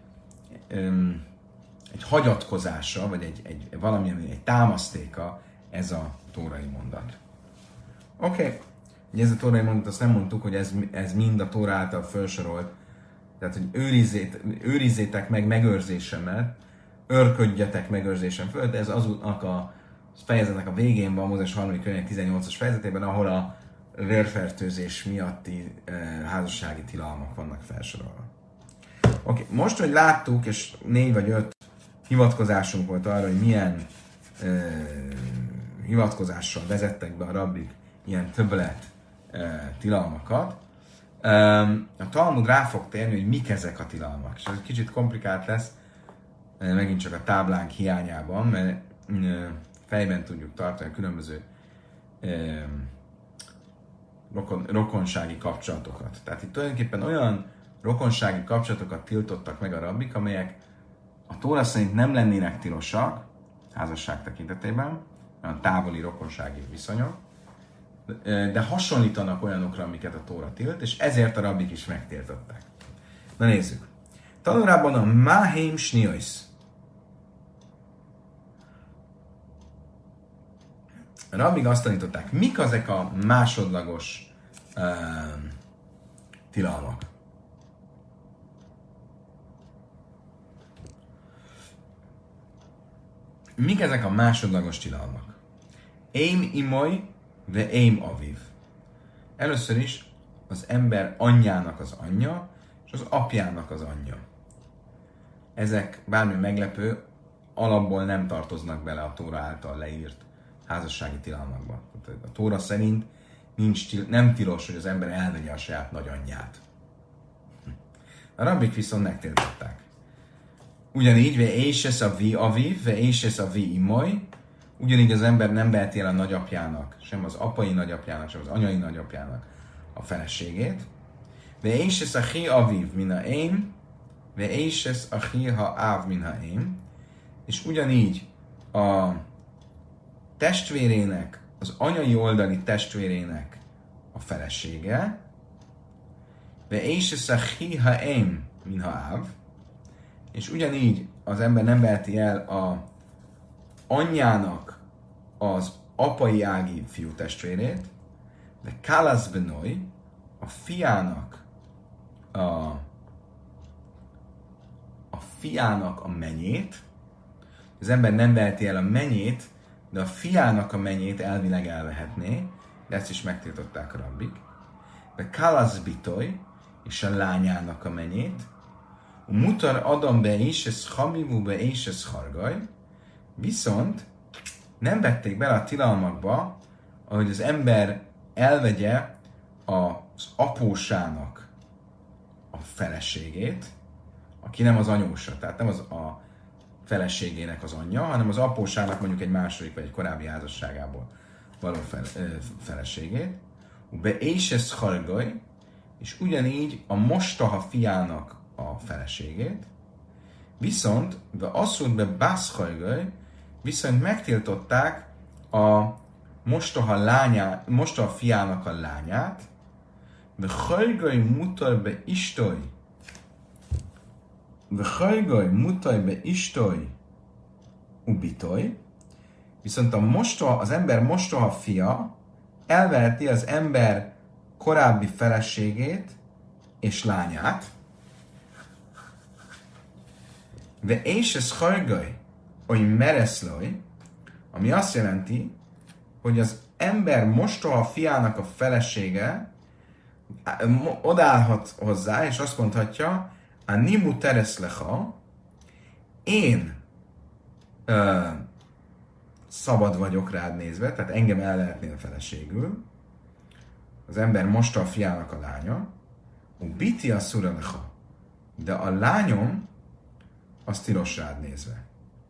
egy hagyatkozása, vagy egy, egy valamilyen egy támasztéka ez a tórai mondat. Oké, okay. Ugye ez a tórai mondat, azt nem mondtuk, hogy ez, ez mind a Tóra által felsorolt, tehát, hogy őrizzét, őrizzétek meg megőrzésemet, örködjetek megőrzésem fölött, de ez azutnak a fejezetnek a végén van, Mózes harmadik könyvének tizennyolcas fejezetében, ahol a vérfertőzés miatti eh, házassági tilalmak vannak felsorolva. Oké, okay. Most, hogy láttuk, és négy vagy öt hivatkozásunk volt arra, hogy milyen uh, hivatkozással vezettek be a rabbik ilyen többlet uh, tilalmakat, um, a Talmud rá fog térni, hogy mik ezek a tilalmak. És ez egy kicsit komplikált lesz, uh, megint csak a táblánk hiányában, mert uh, fejben tudjuk tartani a különböző uh, rokon, rokonsági kapcsolatokat. Tehát itt tulajdonképpen olyan rokonsági kapcsolatokat tiltottak meg a rabbik, amelyek a Tóra szerint nem lennének tilosak házasság tekintetében, olyan távoli rokonsági viszonyok, de hasonlítanak olyanokra, amiket a Tóra tilt, és ezért a rabbik is megtiltották. Na nézzük. Tanulában a Máheim Sniois. A rabbik azt tanították, mik ezek a másodlagos uh, tilalmak. Mik ezek a másodlagos tilalmak? Ém imoly, ve ém aviv. Először is az ember anyjának az anyja, és az apjának az anyja. Ezek bármi meglepő, alapból nem tartoznak bele a Tóra által leírt házassági tilalmakba. A Tóra szerint nincs, nem tilos, hogy az ember elvegye a saját nagyanyját. A rabbik viszont megtiltották. Ugyanígy, ve éses a vi aviv, ve éses a vi imoly, ugyanígy az ember nem veheti el a nagyapjának, sem az apai nagyapjának, sem az anyai nagyapjának a feleségét. Ve éses a hi aviv mina én, ve éses a hi ha áv mina én, és ugyanígy a testvérének, az anyai oldali testvérének a felesége, ve éses a hi ha én mina áv, és ugyanígy az ember nem veheti el a anyjának az apai ági fiú testvérét, de Kálasz Benoy, a fiának a, a fiának a menyét, az ember nem veheti el a menyét, de a fiának a menyét elvileg elvehetné, de ezt is megtiltották a rabbik. De Kálasz Bitoy, és a lányának a menyét, mutar adam be is, ez hamivu be és ez hargaj, viszont nem vették bele a tilalmakba, ahogy az ember elvegye az apósának a feleségét, aki nem az anyósa, tehát nem az a feleségének az anyja, hanem az apósának mondjuk egy második vagy egy korábbi házasságából való fel, ö, feleségét. Be és ez hargaj, és ugyanígy a mostoha fiának a feleségét, viszont be asszult be bászhajgaj, viszont megtiltották a mostoha, lányá, mostoha fiának a lányát, be hajgaj mutaj be istoj, be hajgaj mutaj be istoj ubitoj, viszont a mostoha, az ember mostoha fia elveheti az ember korábbi feleségét és lányát, ve és ez hajgaj, hogy mereszloj, ami azt jelenti, hogy az ember mostoha fiának a felesége odállhat hozzá, és azt mondhatja, a nimu tereszlecha, én ö, szabad vagyok rád nézve, tehát engem el lehetnél feleségül, az ember mosta a fiának a lánya, biti a szuraleha, de a lányom az tilos rád nézve.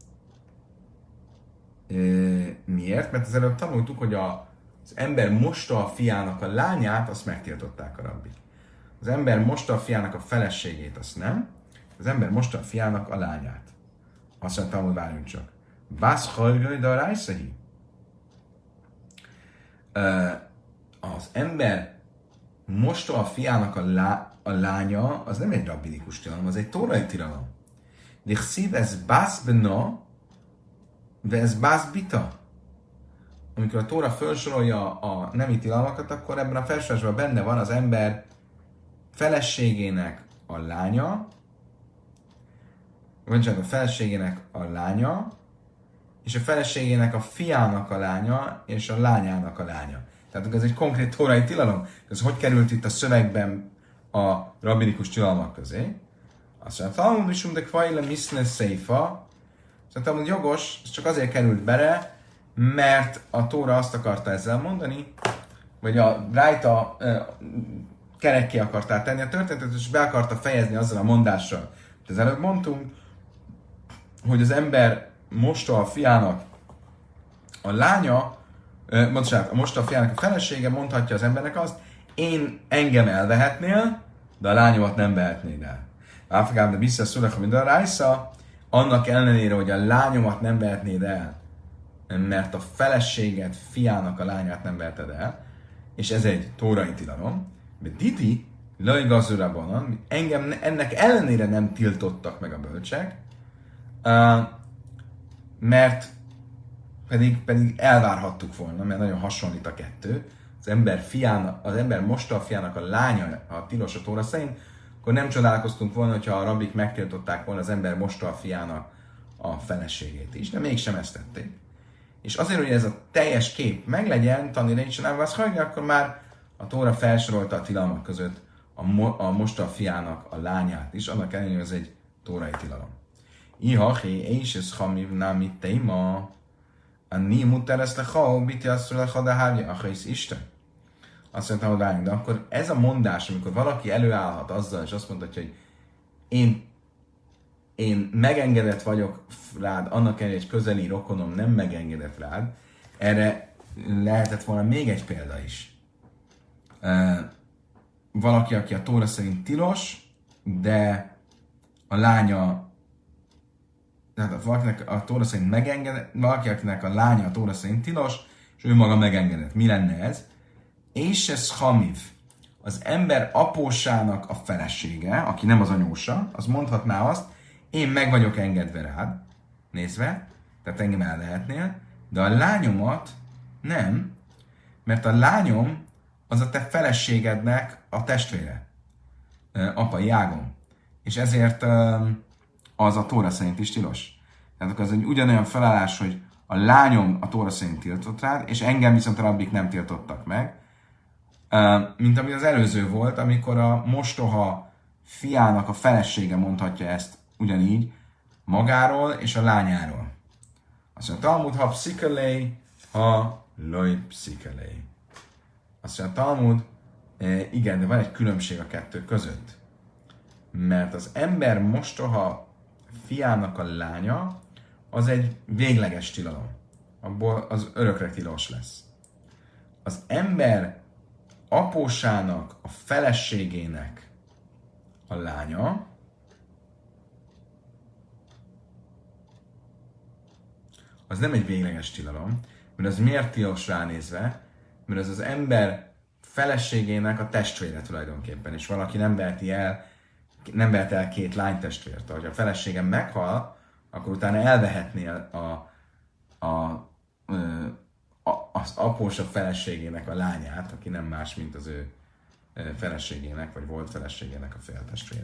E, miért? Mert az előbb tanultuk, hogy a, az ember mosta a fiának a lányát, azt megtiltották a rabbik. Az ember mosta a fiának a feleségét, azt nem. Az ember mosta a fiának a lányát. Azt mondtam, hogy várjunk csak. Vász hajlgai, de a rájszahi. Az ember mosta a fiának a, lá, a lánya, az nem egy rabbinikus tilalom, az egy tórai tilalom. De szív ez bász bena, de ez bász bita. Amikor a Tóra felsorolja a nemi tilalmakat, akkor ebben a felsorolásban benne van az ember feleségének a lánya, vagy csak a feleségének a lánya, és a feleségének a fiának a lánya, és a lányának a lánya. Tehát ez egy konkrét tórai tilalom. Ez hogy került itt a szövegben a rabbinikus tilalmak közé? Azt mondja, Talmud is de kvajle miszne széfa. Szóval hogy jogos, ez csak azért került bele, mert a Tóra azt akarta ezzel mondani, vagy a Rájta kerekké akartál tenni a történetet, és be akarta fejezni azzal a mondással, amit az előbb mondtunk, hogy az ember mosta a fiának a lánya, eh, bocsánat, a mosta a fiának a felesége mondhatja az embernek azt, én engem elvehetnél, de a lányomat nem vehetnéd el. Áfrikában de vissza szólek, mint a rájsza, annak ellenére, hogy a lányomat nem vehetnéd el, mert a feleséget, fiának a lányát nem veheted el, és ez egy tórai tilalom, de Didi, Lajgazurabanan, engem ennek ellenére nem tiltottak meg a bölcsek, uh, mert pedig, pedig elvárhattuk volna, mert nagyon hasonlít a kettő. Az ember, fiának, az ember mosta a fiának a lánya, a tilos a Tóra szerint, akkor nem csodálkoztunk volna, hogyha a rabbik megtiltották volna az ember mosta a fiának a feleségét is, de mégsem ezt tették. És azért, hogy ez a teljes kép meglegyen, tanulni is nem vász hajni, akkor már a Tóra felsorolta a tilalmak között a, mo- a mosta a fiának a lányát is, annak ellenére, hogy ez egy tórai tilalom. Iha, hé, és ez hamiv námi téma, a ni muteres lecha, biti asszor lecha, de hárja, achasz Isten. Azt mondtam, hogy várjunk, de akkor ez a mondás, amikor valaki előállhat azzal, és azt mondhatja, hogy én, én megengedett vagyok rád, annak ellenére, egy közeli rokonom nem megengedett rád, erre lehetett volna még egy példa is. Uh, valaki, aki a Tóra szerint tilos, de a lánya, tehát valakinek a Tóra szerint megengedett, valaki, akinek a lánya a Tóra szerint tilos, és ő maga megengedett. Mi lenne ez? És ez hamiv, az ember apósának a felesége, aki nem az anyósa, az mondhatná azt, én meg vagyok engedve rád, nézve, tehát engem el lehetnél, de a lányomat nem, mert a lányom az a te feleségednek a testvére, apai ágon. És ezért az a Tóra szerint is tilos. Tehát az egy ugyanolyan felállás, hogy a lányom a Tóra szerint tiltott rád, és engem viszont a rabbik nem tiltottak meg, mint ami az előző volt, amikor a mostoha fiának a felesége mondhatja ezt ugyanígy magáról és a lányáról. Azt mondja, Talmud ha pszikelei, ha loj pszikelei. Azt mondja, Talmud, igen, de van egy különbség a kettő között. Mert az ember mostoha fiának a lánya, az egy végleges tilalom. Abból az örökre tilos lesz. Az ember apósának, a feleségének a lánya, az nem egy végleges tilalom, mert az miért tilos ránézve? Mert az az ember feleségének a testvére tulajdonképpen, és valaki nem veheti el, nem vehet el két lánytestvért. Ha a feleségem meghal, akkor utána elvehetnél a, a, a, az apósa feleségének a lányát, aki nem más, mint az ő feleségének, vagy volt feleségének a féltestvére.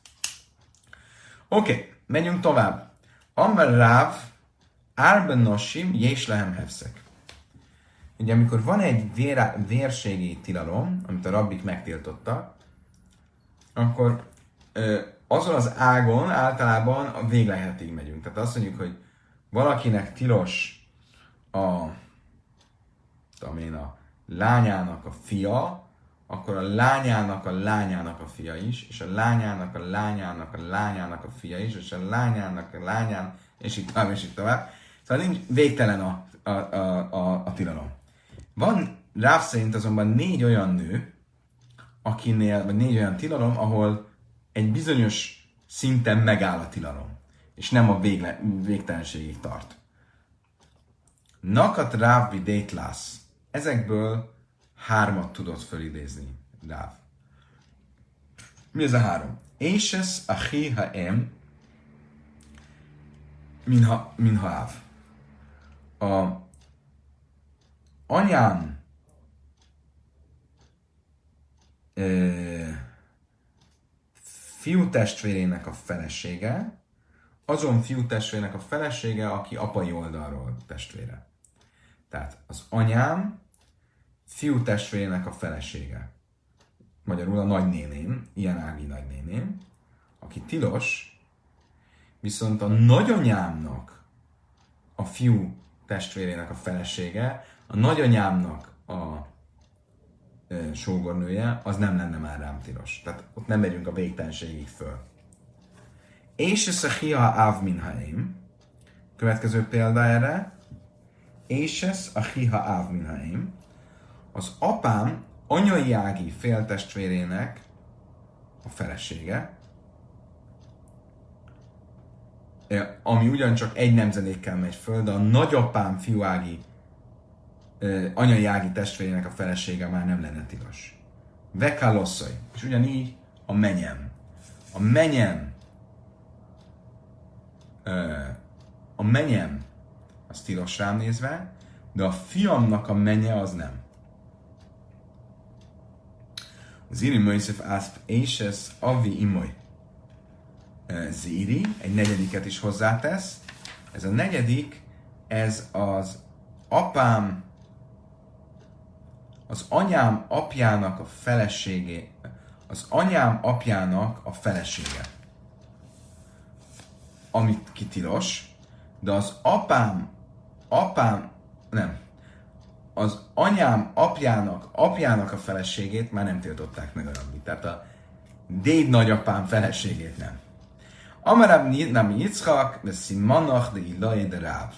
Oké, okay, menjünk tovább. Amar Ráv, Árben Nosim, Jés Lehem Hefszek. Ugye, amikor van egy vér, vérségi tilalom, amit a rabbik megtiltottak, akkor ö, azon az ágon általában a véglehetig megyünk. Tehát azt mondjuk, hogy valakinek tilos a, tudom én, a lányának a fia, akkor a lányának a lányának a fia is, és a lányának a lányának a lányának a fia is, és a lányának a lányán, és így tovább, és így tovább. Szóval nincs végtelen a, a, a, a, a tilalom. Van Ráv szerint azonban négy olyan nő, akinél, vagy négy olyan tilalom, ahol egy bizonyos szinten megáll a tilalom, és nem a végle, végtelenségig tart. Nakat Ráv vidét lász. Ezekből hármat tudott fölidézni Ráv. Mi ez a három? Éses achi haem minha, minha áv. A anyám e, fiú testvérének a felesége, azon fiú testvérének a felesége, aki apai oldalról testvére. Tehát az anyám fiú testvérének a felesége. Magyarul a nagynéném, ilyen ági nagynéném, aki tilos, viszont a nagyanyámnak a fiú testvérének a felesége, a nagyanyámnak a e, sógornője, az nem lenne már rám tilos. Tehát ott nem megyünk a végtelenségig föl. És ez a hiha áv minhaim. Következő példa erre. És ez a hiha áv minhaim. Az apám anyai ági féltestvérének a felesége, ami ugyancsak egy nemzedékkel megy föl, de a nagyapám fiúági, anyai ági testvérének a felesége már nem lenne tilos. Vekalosszai. És ugyanígy a menyem. A menyem a menyem az tilos rám nézve, de a fiamnak a menye az nem. Ziri Mőszef Ászp Éses Avi Imoly. Ziri, egy negyediket is hozzátesz. Ez a negyedik, ez az apám, az anyám apjának a feleségé, az anyám apjának a felesége. Amit kitilos, de az apám, apám, nem, az anyám apjának, apjának a feleségét már nem tiltották meg a rabbi. Tehát a déd nagyapám feleségét nem. Amarab nem Yitzchak, de Simanach, de Ilai, de Ráv.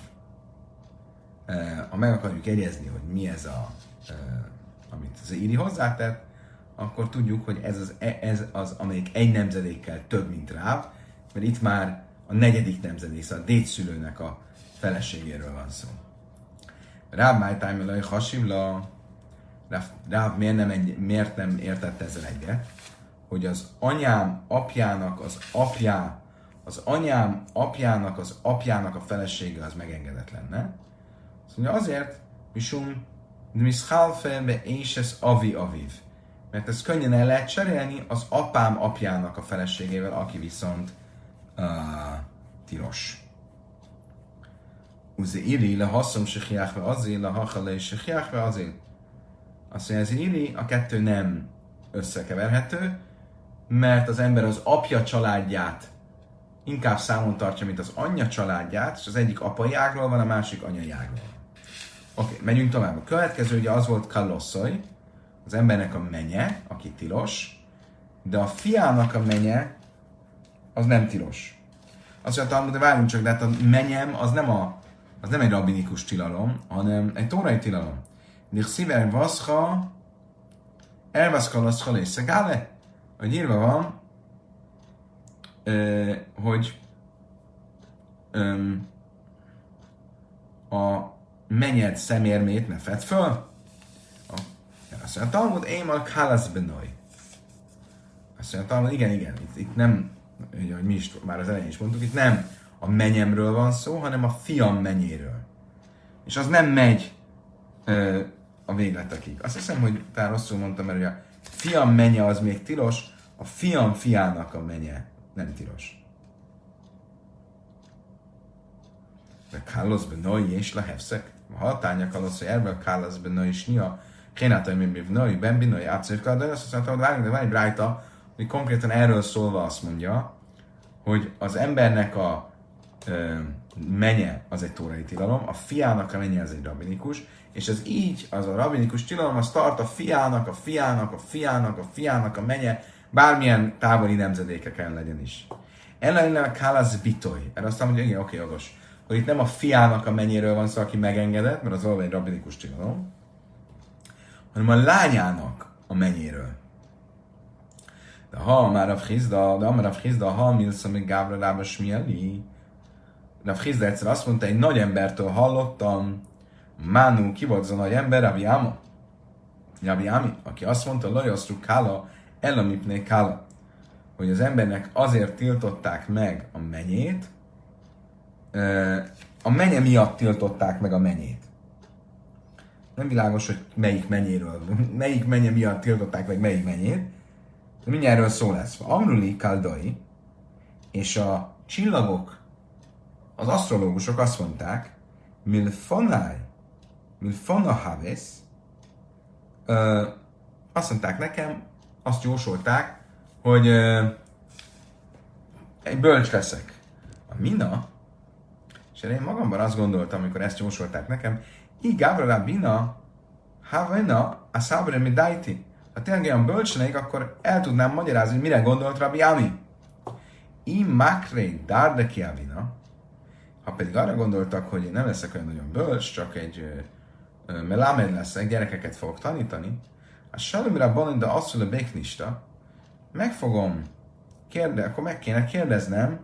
Ha meg akarjuk jegyezni, hogy mi ez a, amit az Íri hozzátett, akkor tudjuk, hogy ez az, ez az, amelyik egy nemzedékkel több, mint Ráv, mert itt már a negyedik nemzedék, szóval a dédszülőnek a feleségéről van szó. Ráv májtájm elaj hasivla, Ráv miért nem, egy, miért nem értette ezzel egyet, hogy az anyám apjának az apjá, az anyám apjának az apjának a felesége az megengedett lenne. Azt mondja azért, misum miszhalfe be éses avi aviv. Mert ez könnyen el lehet cserélni az apám apjának a feleségével, aki viszont uh, tilos. Uze iri le haszom sechiachve azil, le hachale sechiachve azil. Azt mondja, ez iri, a kettő nem összekeverhető, mert az ember az apja családját inkább számon tartja, mint az anyja családját, és az egyik apai ágról van, a másik anyai ágról. Oké, okay, megyünk tovább. A következő ugye az volt Kalosszoj, az embernek a menye, aki tilos, de a fiának a menye az nem tilos. Azt mondja, de várjunk csak, de hát a menyem az nem, a, az nem egy rabbinikus tilalom, hanem egy tórai tilalom. Dich szíver vaszha, elvaszkalaszka és szegále, hogy írva van, ö, hogy ö, a menyed szemérmét ne fedd föl. Azt mondja, Talmud émal kálasz benoj. Azt mondja, Talmud, igen, igen, itt, itt nem, hogy mi is, már az elején is mondtuk, itt nem a menyemről van szó, hanem a fiam menyéről. És az nem megy ö, a végletekig. Azt hiszem, hogy talán rosszul mondtam, mert a fiam menye az még tilos, a fiam fiának a menye nem tilos. De kálasz benoj és lehevszek. A hatánya kálasz, hogy erből kálasz benoj és nia, kénátai mi benoj, ben benoj, átszörkál, de azt mondtam, hogy várjunk, de van egy brájta, hogy konkrétan erről szólva azt mondja, hogy az embernek a ö, menye az egy tórai tilalom, a fiának a menye az egy rabinikus, és ez így, az a rabinikus tilalom, az tart a fiának, a fiának, a fiának, a fiának a menye, bármilyen távoli nemzedékeken legyen is. Ellenére a kálasz bitoly. Erre azt mondja, hogy igen, oké, jogos. Hogy itt nem a fiának a mennyéről van szó, aki megengedett, mert az valami egy rabinikus tilalom, hanem a lányának a mennyéről. De ha már a frizda, de már a frizda, ha milsz, amíg Gábra lába smieli. De a frizda egyszer azt mondta, egy nagy embertől hallottam, Mánu, ki volt az a nagy ember, Rabbi Ama? Rabbi Ami, aki azt mondta, Lajasztru Kála, Elamipné Kála, hogy az embernek azért tiltották meg a menyét, a menye miatt tiltották meg a menyét. Nem világos, hogy melyik menyéről, melyik menye miatt tiltották meg melyik menyét, de mindjárt szó lesz. Amruli Kaldai, és a csillagok, az asztrológusok azt mondták, Milfanai, Milfana Haves, azt mondták nekem, azt jósolták, hogy ö, egy bölcs leszek. A Mina, és én magamban azt gondoltam, amikor ezt jósolták nekem, így Gábra Bina, Havena, a Szábre mi Daiti. Ha tényleg olyan bölcs lennék, akkor el tudnám magyarázni, hogy mire gondolt Rabbi Ami. I Makré Dardeki Avina, ha pedig arra gondoltak, hogy én nem leszek olyan nagyon bölcs, csak egy melamed leszek, gyerekeket fogok tanítani, a Salimra Boninda Asszula Béknista, meg fogom kérdezni, akkor meg kéne kérdeznem,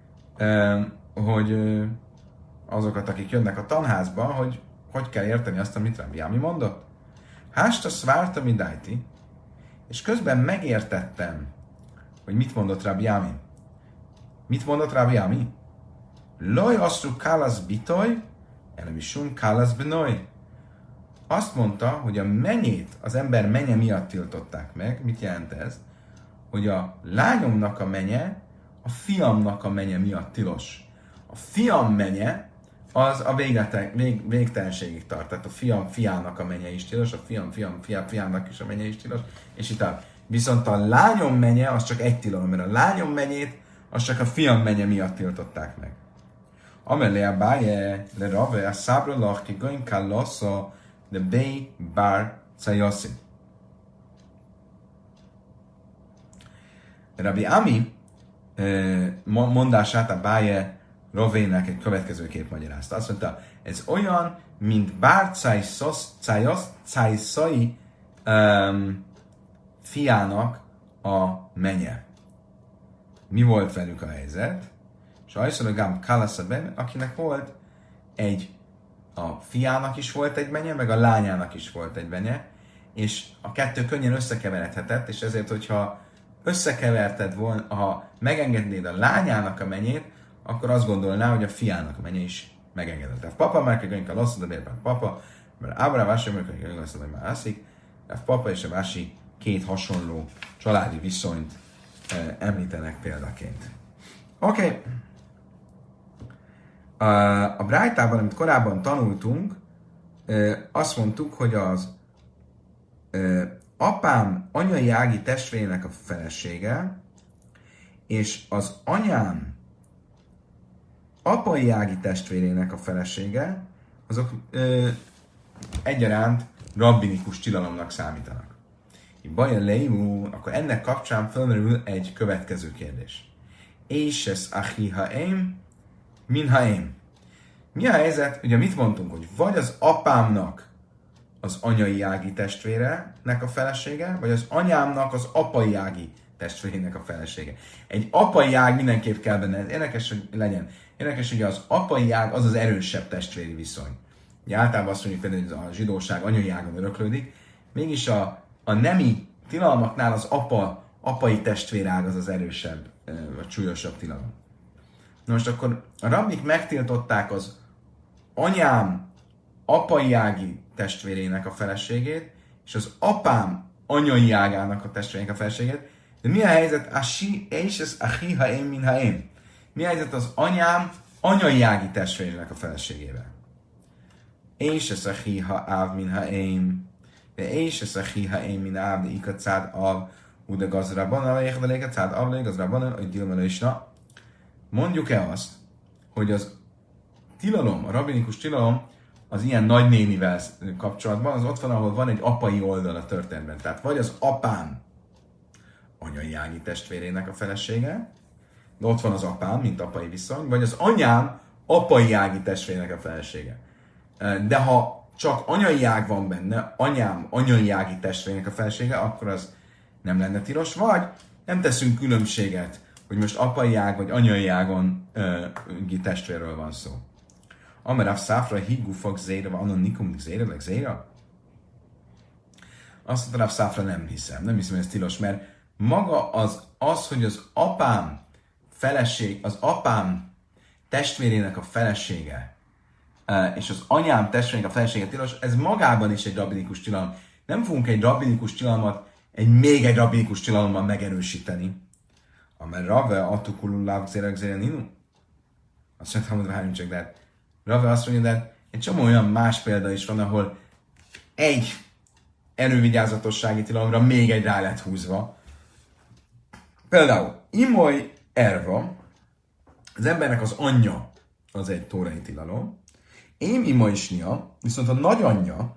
hogy azokat, akik jönnek a tanházba, hogy hogy kell érteni azt, amit Rabbi Ami mondott. Hásta szvárta mindajti, és közben megértettem, hogy mit mondott Rabbi Ami. Mit mondott Rabbi Ami? Loj asztru kálasz bitoly, elemisun kálasz benoy. Azt mondta, hogy a menyét az ember menye miatt tiltották meg. Mit jelent ez? Hogy a lányomnak a menye a fiamnak a menye miatt tilos. A fiam menye az a végletek, vég, végtelenségig tart. Tehát a fiam fiának a menye is tilos, a fiam fiam fiam fiának is a menye is tilos, és itt áll. Viszont a lányom menye az csak egy tilalom, mert a lányom menyét az csak a fiam menye miatt tiltották meg. Amelé a báje, le rave, a szábra lach, ki goin kalossa, de bei bar cajoszi. Rabbi Ami mondását a báje Rovének egy következőképp magyarázta. Azt mondta, ez olyan, mint bár cajszai um, fiának a menye. Mi volt velük a helyzet? Sajszolagám Kalaszaben, akinek volt egy, a fiának is volt egy menye, meg a lányának is volt egy menye, és a kettő könnyen összekeveredhetett, és ezért, hogyha összekeverted volna, ha megengednéd a lányának a menyét, akkor azt gondolná, hogy a fiának a menye is megengedett. Tehát papa már kell a lasszú, de miért papa, mert Ábra Vási, mert kell lasszú, hogy már ászik, de a papa és a Vási két hasonló családi viszonyt eh, említenek példaként. Oké. Okay. A Brájtában, amit korábban tanultunk, eh, azt mondtuk, hogy az eh, apám anyai ági testvérének a felesége, és az anyám apai ági testvérének a felesége, azok ö, egyaránt rabbinikus tilalomnak számítanak. Baja leimú, akkor ennek kapcsán felmerül egy következő kérdés. És ez achi haém, min haém. Mi a helyzet? Ugye mit mondtunk, hogy vagy az apámnak az anyai ági testvérenek a felesége, vagy az anyámnak az apai ági testvérének a felesége. Egy apai ág mindenképp kell benne, ez érdekes, hogy legyen. Érdekes, hogy az apai ág az az erősebb testvéri viszony. Ugye általában azt mondjuk például, hogy a zsidóság anyai ágon öröklődik, mégis a, a nemi tilalmaknál az apa, apai testvérág az az erősebb, vagy súlyosabb tilalom. Na most akkor a rabbik megtiltották az anyám apai ági testvérének a feleségét, és az apám anyai ágának a testvérének a feleségét, de mi a helyzet? Asi, és ez achi haém min haém. Mi a helyzet az anyám anyai ági testvérének a feleségével? És ez achi haáv min haém. De és ez achi haém min áv, de ikat cád av, uda gazrabban, alejek, de léket cád av, lék gazrabban, hogy dilmelő is. Na, mondjuk-e azt, hogy az tilalom, a rabbinikus tilalom az ilyen nagynénivel kapcsolatban, az ott van, ahol van egy apai oldal a történetben. Tehát vagy az apám anyai ági testvérének a felesége, de ott van az apám, mint apai viszony, vagy az anyám apai ági testvérének a felesége. De ha csak anyai ág van benne, anyám anyai ági testvérének a felesége, akkor az nem lenne tilos, vagy nem teszünk különbséget, hogy most apai ág vagy anyai ágon uh, testvérről van szó. Amarav száfra higgu fog zéra, van annon nikum zéra, leg zéra? Azt mondta, Rav Száfra nem hiszem, nem hiszem, hogy ez tilos, mert maga az, az, hogy az apám feleség, az apám testvérének a felesége, és az anyám testvérének a felesége tilos, ez magában is egy rabbinikus tilalom. Nem fogunk egy rabbinikus tilalmat egy még egy rabbinikus tilalommal megerősíteni. Amely Rave atukulul láv zérek zéren inu. Azt mondtam, hogy várjunk csak, de Rave azt mondja, de egy csomó olyan más példa is van, ahol egy elővigyázatossági tilalomra még egy rá lett húzva. Például Imoly Erva, az embernek az anyja az egy tórai tilalom, Ém Imoly Isnia, viszont a nagyanyja,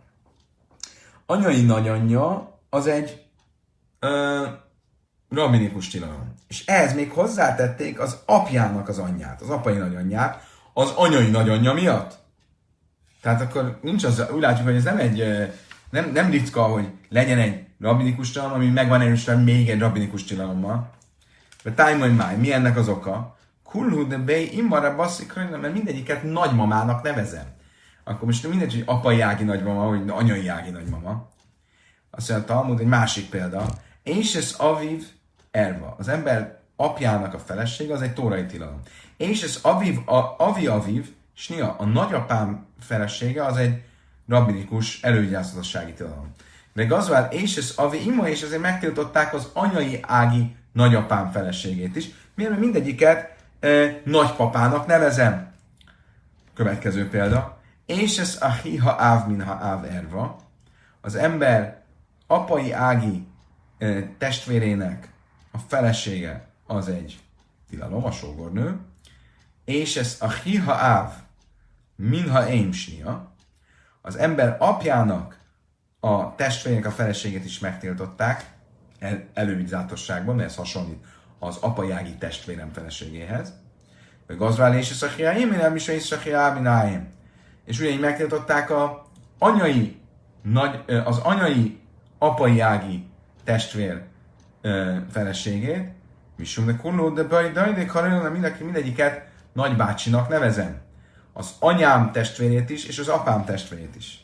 anyai nagyanyja az egy ö, rabbinikus tilalom. És ehhez még hozzátették az apjának az anyját, az apai nagyanyját, az anyai nagyanyja miatt. Tehát akkor nincs az, úgy látjuk, hogy ez nem egy, nem, nem ritka, hogy legyen egy rabbinikus tilalom, ami meg van erősítve még egy rabbinikus tilalommal. De tájmony máj, mi ennek az oka? Kulhu de bej immara basszik, mert mindegyiket nagymamának nevezem. Akkor most mindegy, hogy apai ági nagymama, vagy anyai ági nagymama. Azt mondja a Talmud, egy másik példa. És ez aviv erva. Az ember apjának a felesége, az egy tórai tilalom. És ez aviv, a, avi aviv, snia, a nagyapám felesége, az egy rabbinikus elővigyázatossági tilalom. De gazvál, és ez avi ima, és ezért megtiltották az anyai ági nagyapám feleségét is. Miért? Mert mindegyiket e, nagypapának nevezem. Következő példa. És ez a hiha áv minha áv erva. Az ember apai ági e, testvérének a felesége az egy tilalom, a sógornő. És ez a hiha áv minha émsnia. Az ember apjának a testvérének a feleségét is megtiltották el, elővigyázatosságban, mert ez hasonlít az apai ági testvérem feleségéhez. Gazvál és ez a hiá éminem is, és a hiá ámináim. És ugyanígy megtiltották a anyai, nagy, az anyai apai ági testvér feleségét, misum de kulló, de baj, de de karolna mindenki mindegyiket nagybácsinak nevezem. Az anyám testvérét is, és az apám testvérét is.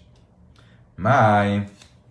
Máj.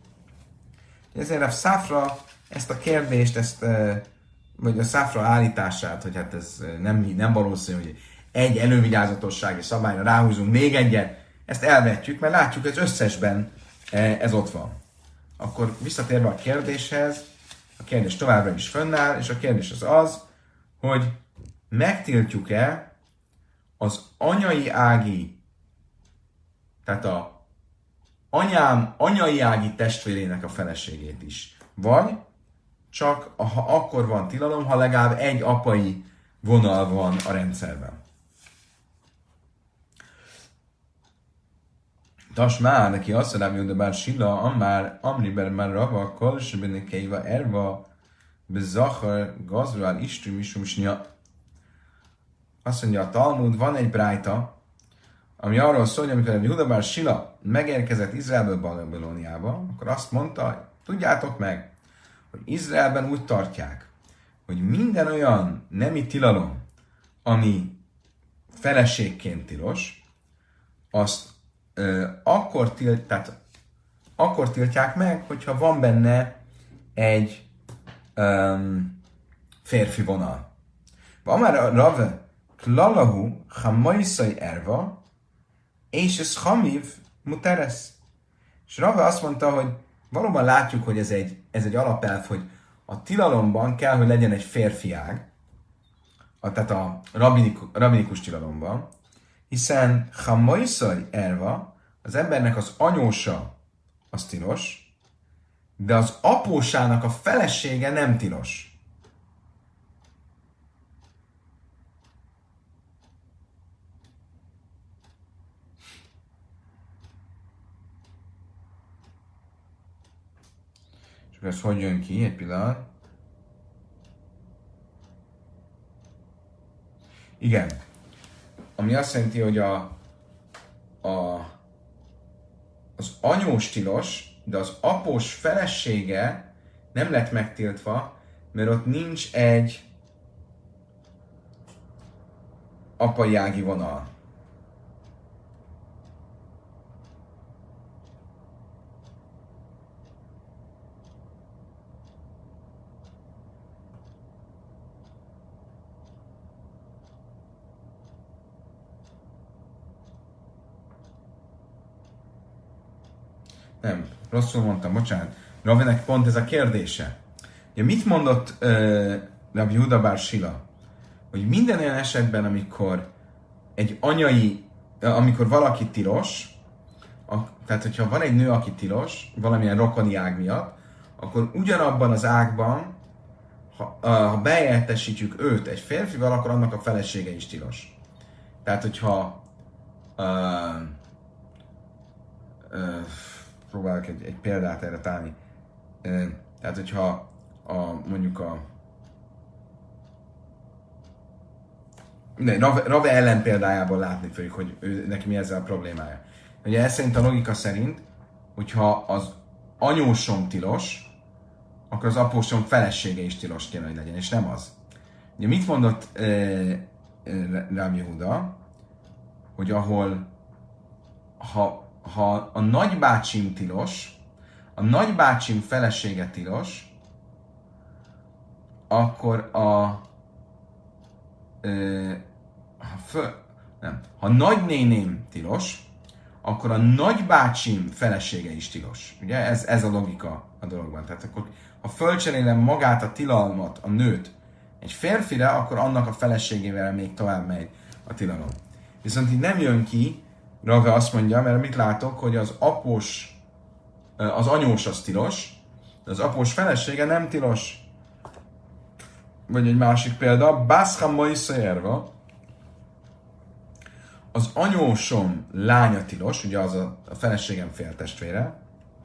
Ezért a Száfra ezt a kérdést, ezt, vagy a Száfra állítását, hogy hát ez nem, nem valószínű, hogy egy elővigyázatossági szabályra ráhúzunk még egyet, ezt elvetjük, mert látjuk, hogy az összesben ez ott van. Akkor visszatérve a kérdéshez, a kérdés továbbra is fönnáll, és a kérdés az az, hogy megtiltjuk-e az anyai ági, tehát a anyám anyai ági testvérének a feleségét is. Vagy csak ha akkor van tilalom, ha legalább egy apai vonal van a rendszerben. Tas már neki azt mondja, hogy bár Silla, amár Amriber már Rava, Kolsebene Keiva Erva, Bezachar, Gazruál, Istri, Misumsnya. Azt mondja a Talmud, van egy brájta, ami arról szól, hogy amikor Yehuda bár Sila megérkezett Izraelből Babilóniába, akkor azt mondta, tudjátok meg, hogy Izraelben úgy tartják, hogy minden olyan nemi tilalom, ami feleségként tilos, azt ö, akkor, tilt, tehát, akkor tiltják meg, hogyha van benne egy um, férfi vonal. Van már a Rave, Klalahu, Hamaiszai Erva, és ez Hamiv Muteres. És Rave azt mondta, hogy valóban látjuk, hogy ez egy, ez egy alapelv, hogy a tilalomban kell, hogy legyen egy férfi ág, a, tehát a rabinikus, rabinikus tilalomban, hiszen Hamaiszai Erva, az embernek az anyósa az tilos, de az apósának a felesége nem tilos. ez hogy jön ki? Egy pillanat. Igen. Ami azt jelenti, hogy a, a, az anyós tilos, de az após felesége nem lett megtiltva, mert ott nincs egy apai ági vonal. Nem, rosszul mondtam, bocsánat. Ravinek pont ez a kérdése. Ja, mit mondott uh, Rabbi Yehuda bar Sila? Hogy minden olyan esetben, amikor egy anyai, amikor valaki tilos, a, tehát hogyha van egy nő, aki tilos, valamilyen rokoni ág miatt, akkor ugyanabban az ágban, ha, uh, ha bejelentesítjük őt egy férfival, akkor annak a felesége is tilos. Tehát, hogyha uh, uh, próbálok egy, egy példát erre találni. Tehát, hogyha a, mondjuk a Rave, Rave ellen példájából látni fogjuk, hogy ő, neki mi ezzel a problémája. Ugye ez szerint a logika szerint, hogyha az anyósom tilos, akkor az apósom felesége is tilos kéne, hogy legyen, és nem az. Ugye mit mondott e, e, Rabbi Yehuda, hogy ahol ha ha a nagybácsim tilos, a nagybácsim felesége tilos, akkor a ö, ha, föl, nem, ha nagynéném tilos, akkor a nagybácsim felesége is tilos. Ugye ez, ez a logika a dologban. Tehát akkor, ha fölcserélem magát a tilalmat, a nőt egy férfire, akkor annak a feleségével még tovább megy a tilalom. Viszont így nem jön ki, Rave azt mondja, mert mit látok, hogy az após, az anyós az tilos, de az após felesége nem tilos. Vagy egy másik példa, Bászha Moiszerva, az anyósom lánya tilos, ugye az a, a feleségem féltestvére,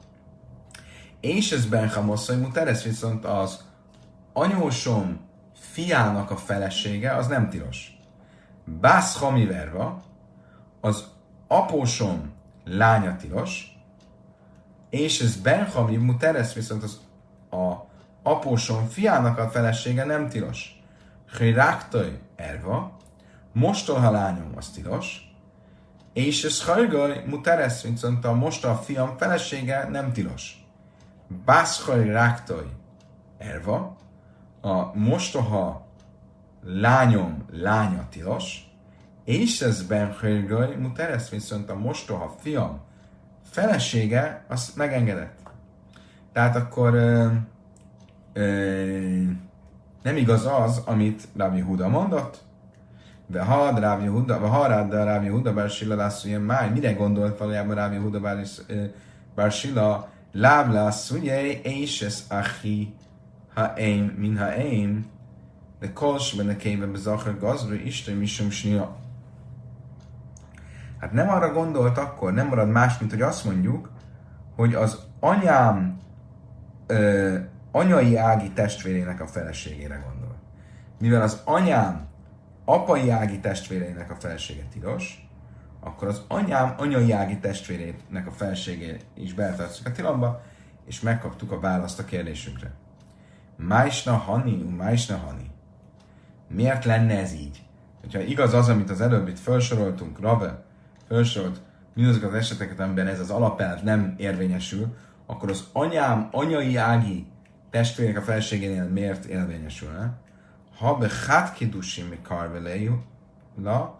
és ez Benha Mosszai Muteres, viszont az anyósom fiának a felesége, az nem tilos. Bászha Miverva, az apósom lánya tilos, és ez Benhami Muteres, viszont az a apósom fiának a felesége nem tilos. Hiráktoj erva, mostoha lányom az tilos, és ez Hajgaj Muteres, viszont a mostoha fiam felesége nem tilos. Bászhaj ráktoj erva, a mostoha lányom lánya tilos, és ez Ben Hajgaj Muteres, viszont a mostoha fiam felesége azt megengedett. Tehát akkor ö, ö, nem igaz az, amit Rabbi Yehuda mondott, de ha Rabbi Yehuda, de ha Rabbi Yehuda bar Sila lász, ugye már mire gondolt valójában Rabbi Yehuda bar Sila, láb lász, ugye, és ez achi ha-eim min ha-eim, de kols benne kéve bezachar gazra, Isten misum snia. Hát nem arra gondolt akkor, nem marad más, mint hogy azt mondjuk, hogy az anyám ö, anyai ági testvérének a feleségére gondol. Mivel az anyám apai ági testvérének a felesége tilos, akkor az anyám anyai ági testvérének a feleségét is beletartjuk a tilalomba, és megkaptuk a választ a kérdésünkre. Májsna hani, májsna hani. Miért lenne ez így? Hogyha igaz az, amit az előbb itt felsoroltunk, Rave felsorolt mindazokat az eseteket, amiben ez az alapelv nem érvényesül, akkor az anyám anyai ági testvérének a feleségénél miért érvényesülne? Ha be hát kidusim mi karveleju, la,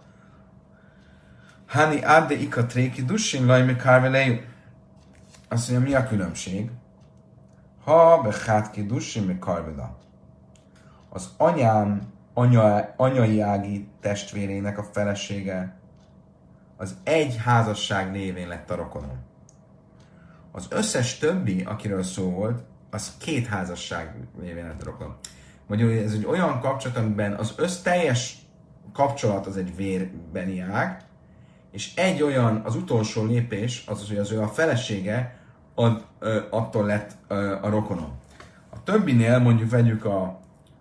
hani adde ika tréki dusim, laj mi karveleju. Azt mondja, mi a különbség? Ha be hát kidusim mi karvela. Az anyám anya, anyai ági testvérének a felesége az egy házasság névén lett a rokonom. Az összes többi, akiről szó volt, az két házasság névén lett a rokonom. Magyarul ez egy olyan kapcsolat, amiben az összteljes kapcsolat az egy vérbeni ág, és egy olyan, az utolsó lépés, az az, hogy az ő a felesége ad, ö, attól lett ö, a rokonom. A többinél mondjuk vegyük a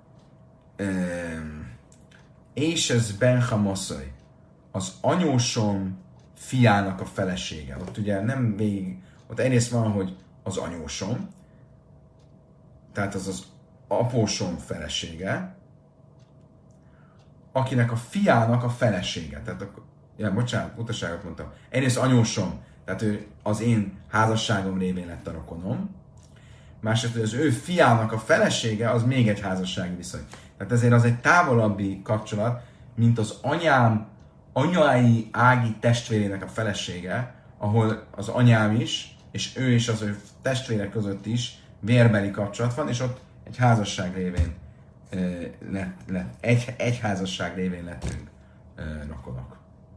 és ez Benhamoszai, az anyósom fiának a felesége. Ott ugye nem végig, ott egyrészt van, hogy az anyósom, tehát az az apósom felesége, akinek a fiának a felesége. Tehát akkor, ja, bocsánat, utaságot mondtam. Egyrészt anyósom, tehát ő az én házasságom révén lett a rokonom. Másrészt, hogy az ő fiának a felesége, az még egy házassági viszony. Tehát ezért az egy távolabbi kapcsolat, mint az anyám, anyai ági testvérének a felesége, ahol az anyám is, és ő és az ő testvére között is vérbeli kapcsolat van, és ott egy házasság révén lett, lett, egy, egy házasság révén lettünk rokonok.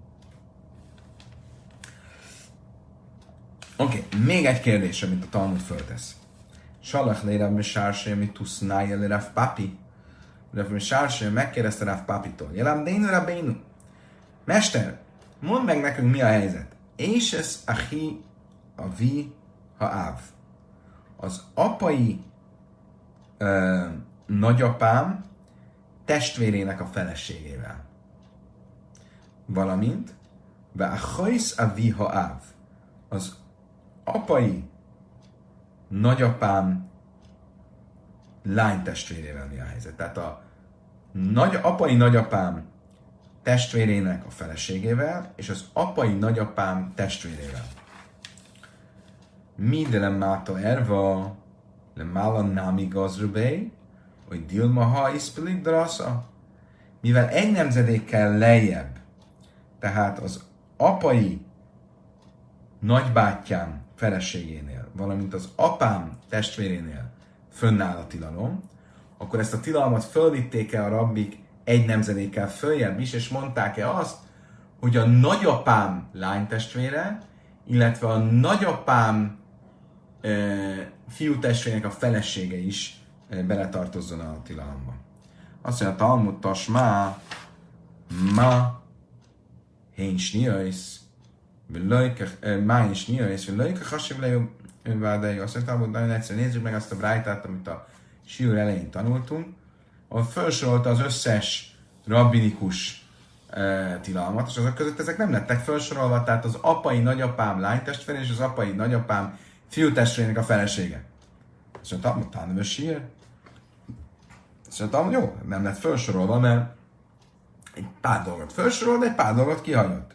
Oké, okay, még egy kérdés, amit a Talmud föltesz. Salach le Rav Mesharshe mit tusnája le Rav Papi. Rav Mesharshe megkérdezte Rav Papitól. Jelám dénu rabbeinu. Mester, mondd meg nekünk, mi a helyzet. És ez achi avi haav. Az apai ö, nagyapám testvérének a feleségével. Valamint ve achais avi haav. Az apai nagyapám lánytestvérével mi a helyzet. Tehát a nagy, apai nagyapám testvérének a feleségével, és az apai nagyapám testvérével. Mi de lemáta erva, lemála námi gazrubei, hogy dilmaha iszpelik drasza. Mivel egy nemzedékkel lejjebb, tehát az apai nagybátyám feleségénél, valamint az apám testvérénél fönnáll a tilalom, akkor ezt a tilalmat fölvitték-e a rabbik egy nemzedékkel följebb is, és mondták-e azt, hogy a nagyapám lánytestvére, illetve a nagyapám e, fiú testvérének a felesége is e, beletartozzon a tilalomba. Azt mondja, Talmud tasmá, ma, hén sniajsz, má is niajsz, vagy lőjke hasiv le önvádai. Azt mondtam, hogy nagyon egyszerű, nézzük meg azt a brájtát, amit a siúr elején tanultunk, ahol felsorolta az összes rabbinikus e, tilalmat, és azok között ezek nem lettek felsorolva, tehát az apai nagyapám lánytestvére és az apai nagyapám fiútestvérének a felesége. Azt mondtam, hogy tánom a sír. Azt mondtam, hogy jó, nem lett felsorolva, mert egy pár dolgot felsorol, de egy pár dolgot kihagyott.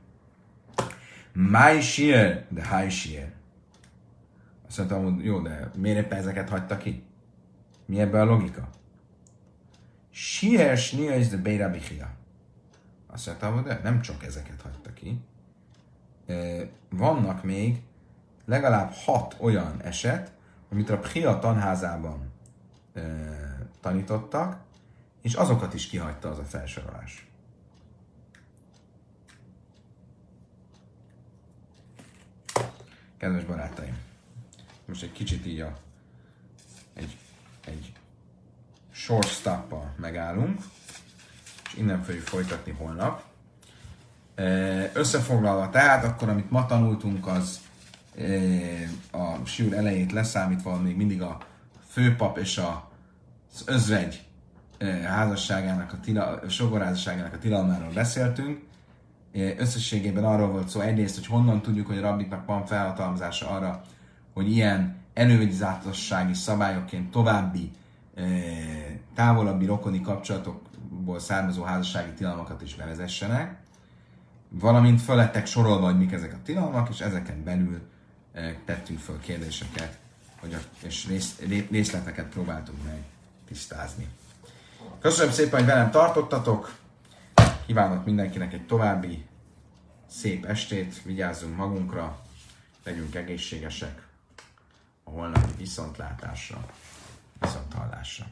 My shear, de high shear. Azt mondtam, hogy jó, de miért éppen ezeket hagyta ki? Mi ebben a logika? Shear, shnia is the beira bichia. Azt mondtam, hogy de nem csak ezeket hagyta ki. Vannak még legalább hat olyan eset, amit a Bchia tanházában tanítottak, és azokat is kihagyta az a felsorolás. Kedves barátaim, most egy kicsit így a, egy, egy short stop-pal megállunk, és innen fogjuk folytatni holnap. Összefoglalva tehát, akkor amit ma tanultunk, az a siúr elejét leszámítva még mindig a főpap és az özvegy házasságának, a tila, sogorházasságának a tilalmáról beszéltünk. Összességében arról volt szó egyrészt, hogy honnan tudjuk, hogy a rabbiknak van felhatalmazása arra, hogy ilyen elővigyázatossági szabályokként további távolabbi rokoni kapcsolatokból származó házassági tilalmakat is bevezessenek, valamint fölettek sorolva, hogy mik ezek a tilalmak, és ezeken belül tettünk föl kérdéseket, hogy a, és rész, részleteket próbáltunk meg tisztázni. Köszönöm szépen, hogy velem tartottatok! Kívánok mindenkinek egy további szép estét, vigyázzunk magunkra, legyünk egészségesek a holnapi viszontlátásra, viszonthallásra.